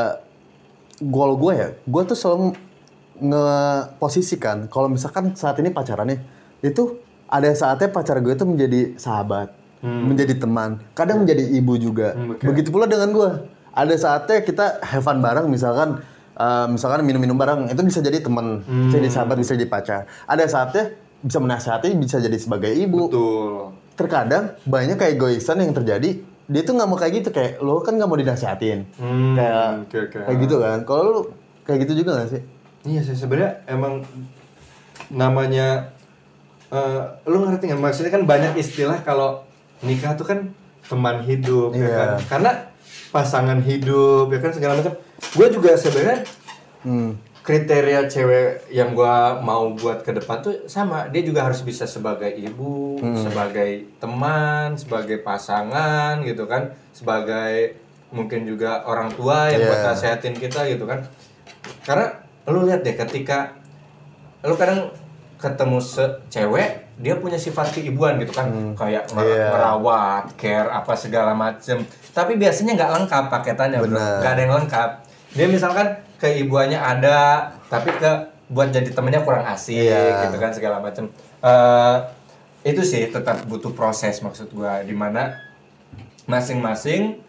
gue tuh selalu ngeposisikan kalau misalkan saat ini pacarannya itu ada saatnya pacar gue itu menjadi sahabat, menjadi teman, kadang menjadi ibu juga. Begitu pula dengan gue. Ada saatnya kita have fun bareng, misalkan minum-minum bareng, itu bisa jadi teman, bisa jadi sahabat, bisa jadi pacar. Ada saatnya bisa menasihati, bisa jadi sebagai ibu. Betul. Terkadang banyak kayak egoisan yang terjadi. Dia tuh nggak mau kayak gitu, kayak lo kan nggak mau dinasihatin, kayak gitu kan. Kalau lo kayak gitu juga nggak sih? Iya sih, sebenarnya emang namanya lu ngerti nggak? Maksudnya kan banyak istilah kalau nikah tuh kan teman hidup, ya kan? Karena pasangan hidup, ya kan segala macam. Gue juga sebenarnya kriteria cewek yang gue mau buat ke depan tuh sama. Dia juga harus bisa sebagai ibu, sebagai teman, sebagai pasangan gitu kan, sebagai mungkin juga orang tua yang buat nasehatin kita gitu kan. Karena lu lihat deh, ketika lu kadang ketemu cewek, dia punya sifat keibuan gitu kan, kayak merawat, care apa segala macem. Tapi biasanya nggak lengkap paketannya, bro. Nggak ada yang lengkap. Dia misalkan keibuannya ada, tapi buat jadi temennya kurang asik gitu kan segala macem. Itu sih tetap butuh proses, maksud gua, dimana masing-masing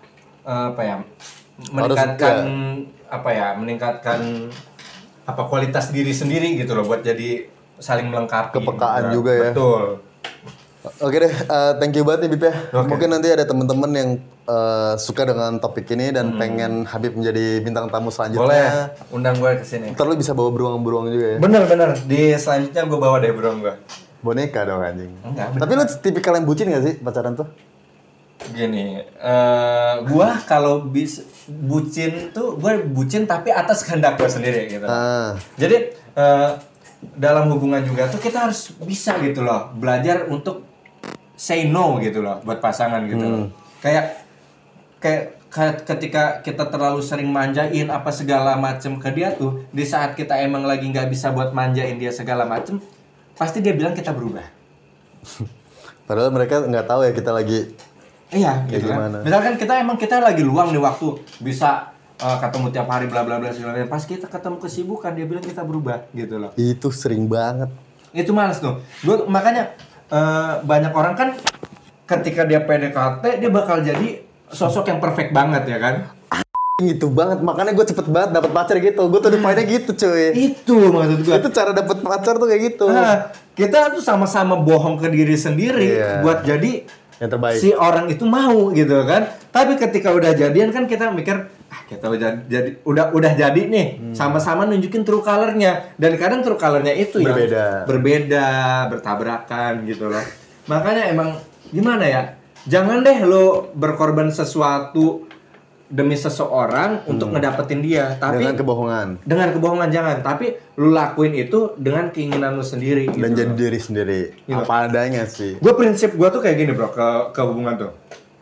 meningkatkan kualitas diri sendiri gitu loh, buat jadi saling melengkapi. Kepekaan juga ya. Betul. Oke deh, thank you banget nih Bip ya. Mungkin nanti ada teman-teman yang suka dengan topik ini dan pengen Habib menjadi bintang tamu selanjutnya. Boleh, undang gue kesini. Ntar lu bisa bawa beruang-beruang juga ya. Bener, di selanjutnya gue bawa deh beruang gue. Boneka dong anjing. Enggak, tapi lu tipikal yang bucin gak sih pacaran tuh? Gini, gue kalau bucin tuh, gue bucin tapi atas kehendak gue sendiri gitu. Jadi dalam hubungan juga tuh kita harus bisa gitu loh, belajar untuk say no gitu loh buat pasangan gitu loh. Kayak ketika kita terlalu sering manjain apa segala macem ke dia tuh, di saat kita emang lagi nggak bisa buat manjain dia segala macem, pasti dia bilang kita berubah. Padahal mereka nggak tahu ya kita lagi gitu kan. Misalkan kita lagi luang nih waktu, bisa ketemu tiap hari bla bla bla segala macam. Pas kita ketemu kesibukan dia bilang kita berubah gitu loh. Itu sering banget. Itu males tuh. Makanya banyak orang kan ketika dia PDKT dia bakal jadi sosok yang perfect banget ya kan. Gitu banget, makanya gue cepet banget dapet pacar gitu. Gue tuh depannya gitu cuy. Itu maksud gue. Itu cara dapet pacar tuh kayak gitu. Kita tuh sama-sama bohong ke diri sendiri buat jadi yang terbaik. Si orang itu mau gitu kan. Tapi ketika udah jadian kan kita mikir, kita udah jadi nih, sama-sama nunjukin true color-nya. Dan kadang true color-nya itu berbeda, yang berbeda, bertabrakan gitu loh. Makanya emang gimana ya? Jangan deh lo berkorban sesuatu demi seseorang untuk ngedapetin dia, tapi dengan kebohongan jangan, tapi lu lakuin itu dengan keinginan lu sendiri dan gitu. jadi diri sendiri Gitu. apa adanya sih. Prinsip gue tuh kayak gini bro, ke hubungan tuh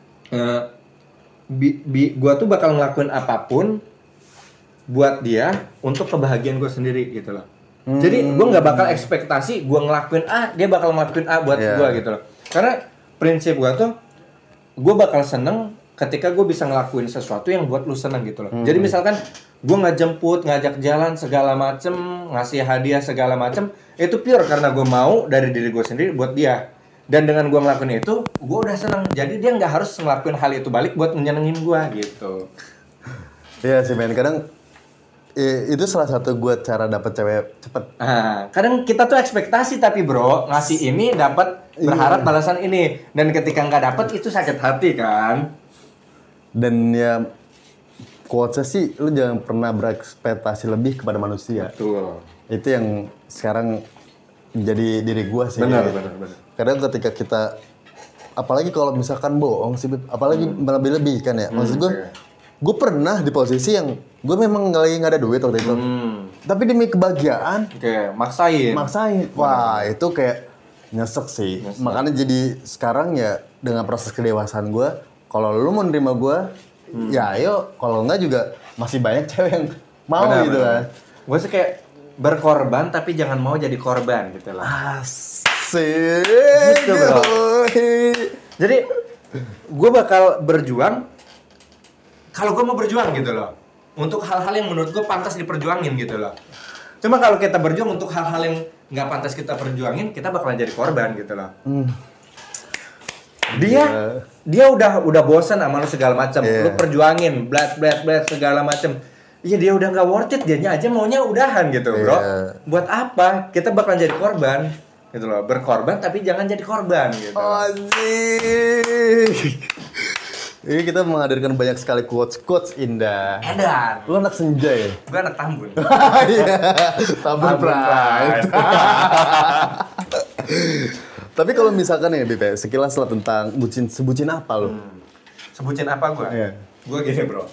gue tuh bakal ngelakuin apapun buat dia untuk kebahagiaan gue sendiri gitu loh. Jadi gue nggak bakal ekspektasi gue ngelakuin A, dia bakal ngelakuin A buat gue gitu loh. Karena prinsip gue tuh, gue bakal seneng ketika gue bisa ngelakuin sesuatu yang buat lu seneng gitu loh. Jadi misalkan gue ngejemput, ngajak jalan segala macem, ngasih hadiah segala macem, itu pure karena gue mau dari diri gue sendiri buat dia. Dan dengan gue ngelakuin itu, gue udah seneng. Jadi dia nggak harus ngelakuin hal itu balik buat nyenengin gue gitu. Iya sih men, kadang itu salah satu gue cara dapet cewek cepet. Kadang kita tuh ekspektasi tapi bro, ngasih ini dapat berharap balasan ini, dan ketika nggak dapat itu sakit hati kan. Dan ya quotesnya sih, lu jangan pernah berekspektasi lebih kepada manusia. Betul. Itu yang sekarang jadi diri gue sih. Benar. Kadang ketika kita, apalagi kalau misalkan bohong sih, apalagi lebih-lebih kan ya. Maksud gue pernah di posisi yang gue memang lagi nggak ada duit waktu itu. Tapi demi kebahagiaan, maksain. Wah itu kayak nyesek sih. Makanya jadi sekarang ya dengan proses kedewasaan gue, kalau lu mau nerima gue, ya ayo. Kalau enggak juga masih banyak cewek yang mau gitu kan. Gue sih kayak berkorban tapi jangan mau jadi korban gitu lah. Asik. Gitu bro. Jadi gue bakal berjuang kalau gue mau berjuang gitu loh, untuk hal-hal yang menurut gue pantas diperjuangin gitu loh. Cuma kalau kita berjuang untuk hal-hal yang nggak pantas kita perjuangin, kita bakalan jadi korban gitu loh. Dia udah bosan sama lu segala macam, lu perjuangin, blad segala macam. Iya dia udah nggak worth it, dianya aja maunya udahan gitu bro. Buat apa? Kita bakalan jadi korban gitu loh. Berkorban tapi jangan jadi korban gitu. Ini kita menghadirkan banyak sekali quotes indah. Edan. Lu anak senja ya? Gue anak Tambun. Iya. Tambun Pride. Tapi kalau misalkan ya Bip, sekilas lah tentang sebutin apa lu? Sebutin apa gue? Iya. Gue gini bro.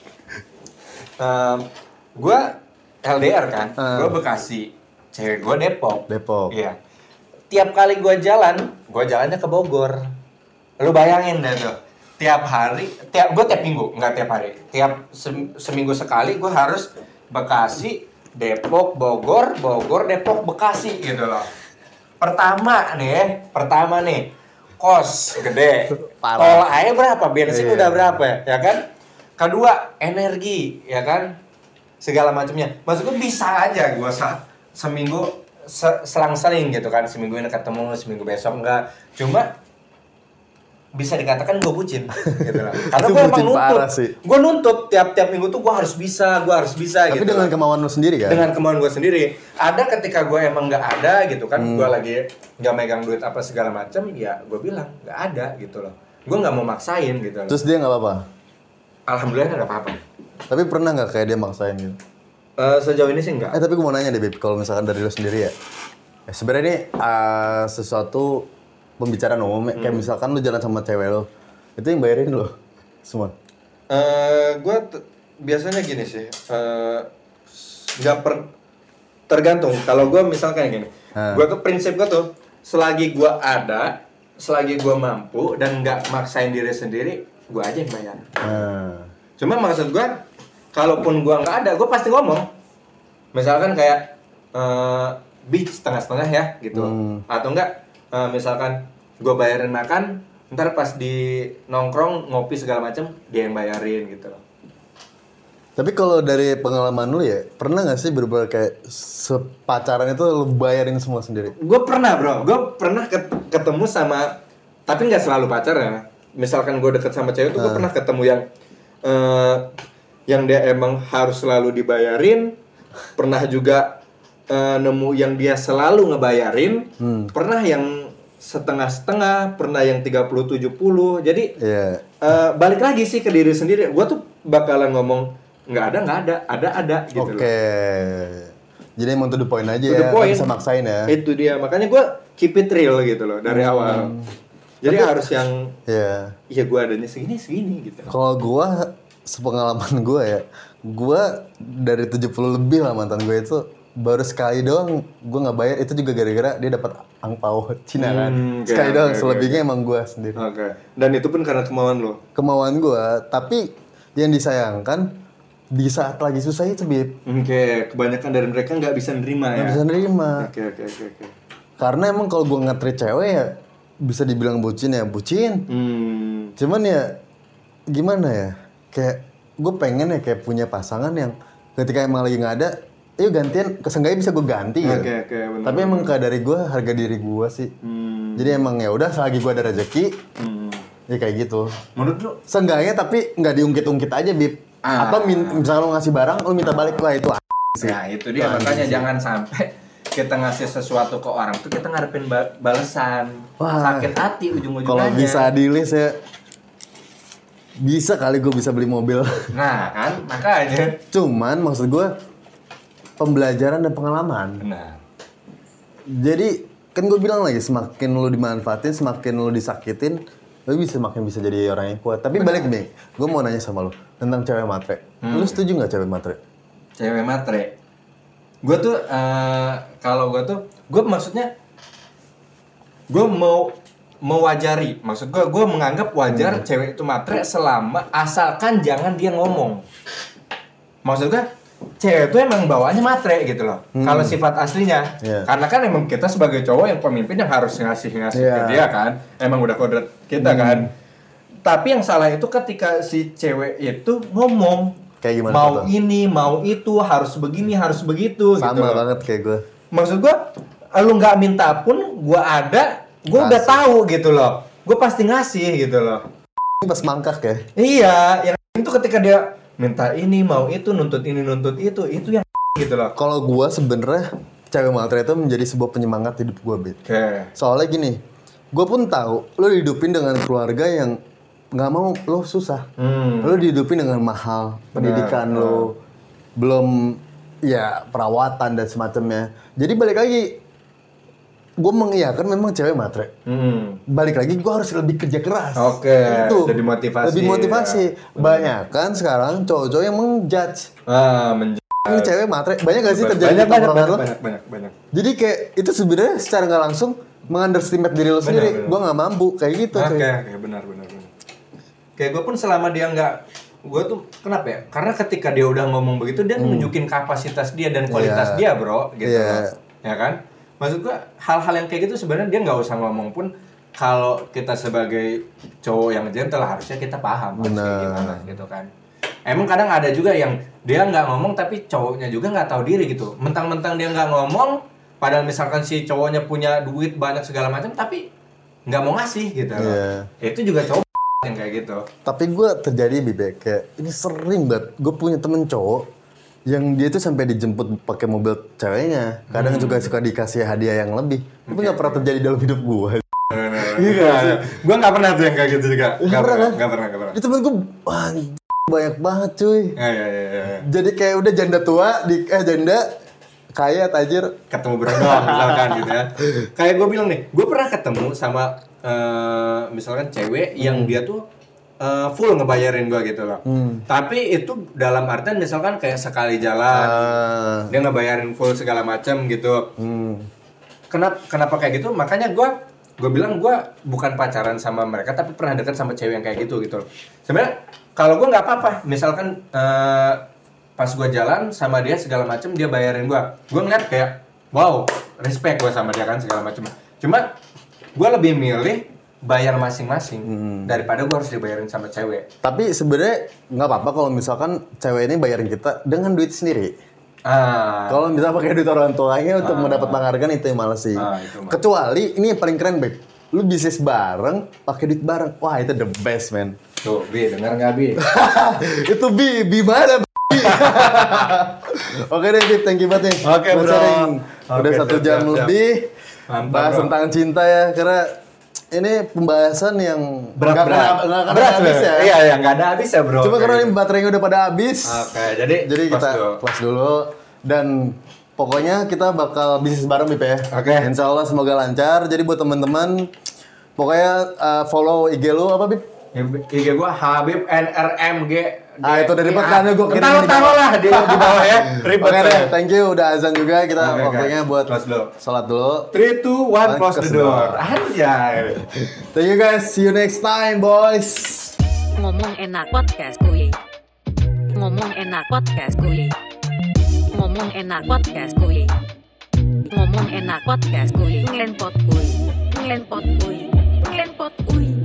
Gue LDR kan, gue Bekasi, cewek gue Depok. Iya. Tiap kali gue jalannya ke Bogor. Lu bayangin deh tuh. Tiap minggu, nggak tiap hari. Tiap seminggu sekali gue harus Bekasi, Depok, Bogor, Depok, Bekasi gitu loh. Pertama nih, kos gede. Tol aja berapa, bensin udah berapa ya kan? Kedua, energi ya kan? Segala macamnya. Maksud gue bisa aja gue seminggu selang-seling gitu kan. Seminggu ini ketemu, seminggu besok enggak. Cuma bisa dikatakan gue bucin gitu lah. Karena gue emang nuntut. Gue nuntut tiap minggu tuh gue harus bisa Tapi gitu. dengan kemauan lu sendiri kan? Dengan kemauan gue sendiri. Ada ketika gue emang nggak ada gitu kan, gue lagi nggak megang duit apa segala macam, ya gue bilang nggak ada gitu loh. Gue nggak mau maksain gitu loh. Terus dia nggak apa-apa? Alhamdulillah nggak apa-apa. Tapi pernah nggak kayak dia maksain gitu? Sejauh ini sih enggak. Tapi gue mau nanya deh Bip, kalau misalkan dari lu sendiri ya, sebenarnya ini sesuatu pembicaraan umum, kayak misalkan lu jalan sama cewek lo, itu yang bayarin lo semua? Gue biasanya gini sih, tergantung. Kalau gue misalkan gini, gue ke prinsip gue tuh, selagi gue ada, selagi gue mampu dan nggak maksain diri sendiri, gue aja yang bayar. Cuma maksud gue, kalaupun gue nggak ada, gue pasti ngomong. Misalkan kayak, setengah-setengah ya gitu, atau enggak. Misalkan gue bayarin makan, ntar pas di nongkrong ngopi segala macam dia yang bayarin gitu loh. Tapi kalau dari pengalaman lu ya, pernah nggak sih bener-bener kayak sepacaran itu lu bayarin semua sendiri? Gue pernah bro, gue pernah ketemu sama, tapi nggak selalu pacar ya. Misalkan gue deket sama cewek tuh gue pernah ketemu yang dia emang harus selalu dibayarin. Pernah juga nemu yang dia selalu ngebayarin, pernah yang setengah-setengah, pernah yang 30-70. Jadi balik lagi sih ke diri sendiri. Gue tuh bakalan ngomong nggak ada gitu loh. Jadi emang to the point aja to the point. Bisa maksain ya. Itu dia, makanya gue keep it real gitu loh dari awal. Jadi harus yang iya gue adanya segini gitu. Kalau gue sepengalaman gue ya, gue dari 70 lebih lah mantan gue itu baru sekali doang gue nggak bayar, itu juga gara-gara dia dapat angpau Cina kan. Sekali doang, selebihnya emang gue sendiri. Dan itu pun karena kemauan lo. Kemauan gue, tapi yang disayangkan di saat lagi susah itu Bib. Kebanyakan dari mereka nggak bisa nerima ya. Nggak bisa nerima. Oke. Karena emang kalau gue nge-treat cewek ya bisa dibilang bucin ya bucin. Cuman ya gimana ya, kayak gue pengen ya kayak punya pasangan yang ketika emang lagi nggak ada, yuk gantian, kesenggaknya bisa gue ganti ya. Bener. Tapi emang kayak dari gue, harga diri gue sih. Jadi emang ya udah selagi gue ada rezeki, ya kayak gitu. Menurut lu? Seenggaknya tapi nggak diungkit-ungkit aja Bib. Atau misalnya lo ngasih barang, lo minta balik, wah itu sih. Nah itu dia, makanya jangan sampai kita ngasih sesuatu ke orang tuh kita ngarepin balesan. Sakit hati ujung-ujungnya. Kalau bisa di-list ya, bisa kali gue bisa beli mobil. Nah kan, makanya. Cuman maksud gue pembelajaran dan pengalaman. Benar. Jadi kan gue bilang lagi, semakin lo dimanfaatin, semakin lo disakitin, lo semakin bisa jadi orang yang kuat. Tapi balik nih, gue mau nanya sama lo tentang cewek matre. Lo setuju nggak cewek matre? Cewek matre? Gue tuh, kalau gue maksudnya, gue mau mewajari. Maksud gue menganggap wajar cewek itu matre selama asalkan jangan dia ngomong. Maksud gue, cewek itu emang bawaannya matre gitu loh. Kalau sifat aslinya, karena kan emang kita sebagai cowok yang pemimpin yang harus ngasih ke dia kan, emang udah kodrat kita kan. Tapi yang salah itu ketika si cewek itu ngomong. Kayak gimana? Mau ini, mau itu, harus begini, harus begitu. Sama gitu banget kayak gue. Maksud gue, lu nggak minta pun, gue ada, gue udah tahu gitu loh. Gue pasti ngasih gitu loh. Ini pas mangkak ya? Iya, yang itu ketika dia minta ini, mau itu, nuntut ini, nuntut itu yang gitu loh. Kalau gue sebenarnya cewek matre itu menjadi sebuah penyemangat hidup gue, Bit. Soalnya gini, gue pun tahu lo dihidupin dengan keluarga yang nggak mau lo susah. Lo dihidupin dengan mahal pendidikan lo, belum ya perawatan dan semacamnya. Jadi balik lagi, gue mengiyakan memang cewek matre. Balik lagi gue harus lebih kerja keras. Itu lebih motivasi. Banyak kan sekarang cowok-cowok yang menjudge. Ini cewek matre. Banyak gak sih terjadi di tongkrongan lo? Banyak. Jadi kayak itu sebenarnya secara nggak langsung mengunderestimate diri lo sendiri. Gue nggak mampu kayak gitu. Benar. Kayak gue pun selama dia nggak, gue tuh kenapa ya? Karena ketika dia udah ngomong begitu, dia nunjukin kapasitas dia dan kualitas dia, bro, gitu loh. Ya kan? Maksud gue hal-hal yang kayak gitu sebenarnya dia nggak usah ngomong pun, kalau kita sebagai cowok yang gentle harusnya kita paham harusnya gimana gitu kan. Emang kadang ada juga yang dia nggak ngomong tapi cowoknya juga nggak tahu diri gitu. Mentang-mentang dia nggak ngomong, padahal misalkan si cowoknya punya duit banyak segala macam tapi nggak mau ngasih gitu. Itu juga cowok yang kayak gitu. Tapi gue terjadi Bibek, kayak ini sering banget. Gue punya temen cowok yang dia tuh sampai dijemput pakai mobil ceweknya. Kadang juga suka dikasih hadiah yang lebih. Tapi nggak pernah terjadi dalam hidup gue. Iya. Gue nggak pernah tuh yang kayak gitu juga. Nggak pernah. Di temen gue banyak banget cuy. Iya. Jadi kayak udah janda tua, janda kaya tajir ketemu berondong misalkan gitu ya. Kayak gue bilang nih, gue pernah ketemu sama misalkan cewek yang dia tuh full ngebayarin gue gitu loh. Tapi itu dalam artian misalkan kayak sekali jalan dia ngebayarin full segala macam gitu. Kenapa kayak gitu? Makanya gue bilang gue bukan pacaran sama mereka tapi pernah dekat sama cewek yang kayak gitu loh. Sebenarnya kalau gue nggak apa-apa, misalkan pas gue jalan sama dia segala macam dia bayarin gue ngeliat kayak wow respect gue sama dia kan segala macam. Cuma gue lebih milih bayar masing-masing daripada gue harus dibayarin sama cewek. Tapi sebenarnya nggak apa-apa kalau misalkan cewek ini bayarin kita dengan duit sendiri. Kalau misalnya pakai duit orang tuanya untuk mendapat penghargaan itu yang males sih. Kecuali ini yang paling keren Beb, lu bisnis bareng pakai duit bareng, wah itu the best man. Tuh Bi, denger nggak Bi? Itu Bi mana Bi? Oke deh Bib, thank you banget nih. Oke bro. Udah 1 jam lebih. Mantap, bahas bro. tentang cinta ya, karena ini pembahasan yang berat habis ya. Iya, nggak ada habis ya bro. Cuma karena ini baterainya udah pada habis. Oke, jadi kita kelas dulu dan Pokoknya kita bakal bisnis bareng Bip ya. Oke. Insya Allah semoga lancar. Jadi buat teman-teman, pokoknya follow IG lu apa Bip? IG gua Habib NRMG. Itu dari depannya gue kirim di taruh lah di bawah ya. Ribet Oke ya. deh, thank you udah azan juga. Kita Oke, waktunya buat close dulu. sholat dulu. 3, 2, 1, close the door. Anjay. Thank you guys, see you next time boys. Ngomong enak podcast kuy. Ngomong enak podcast kuy. Ngomong enak podcast kuy. Ngomong enak podcast kuy. Ngenpot kuy. Ngenpot kuy. Ngenpot kuy.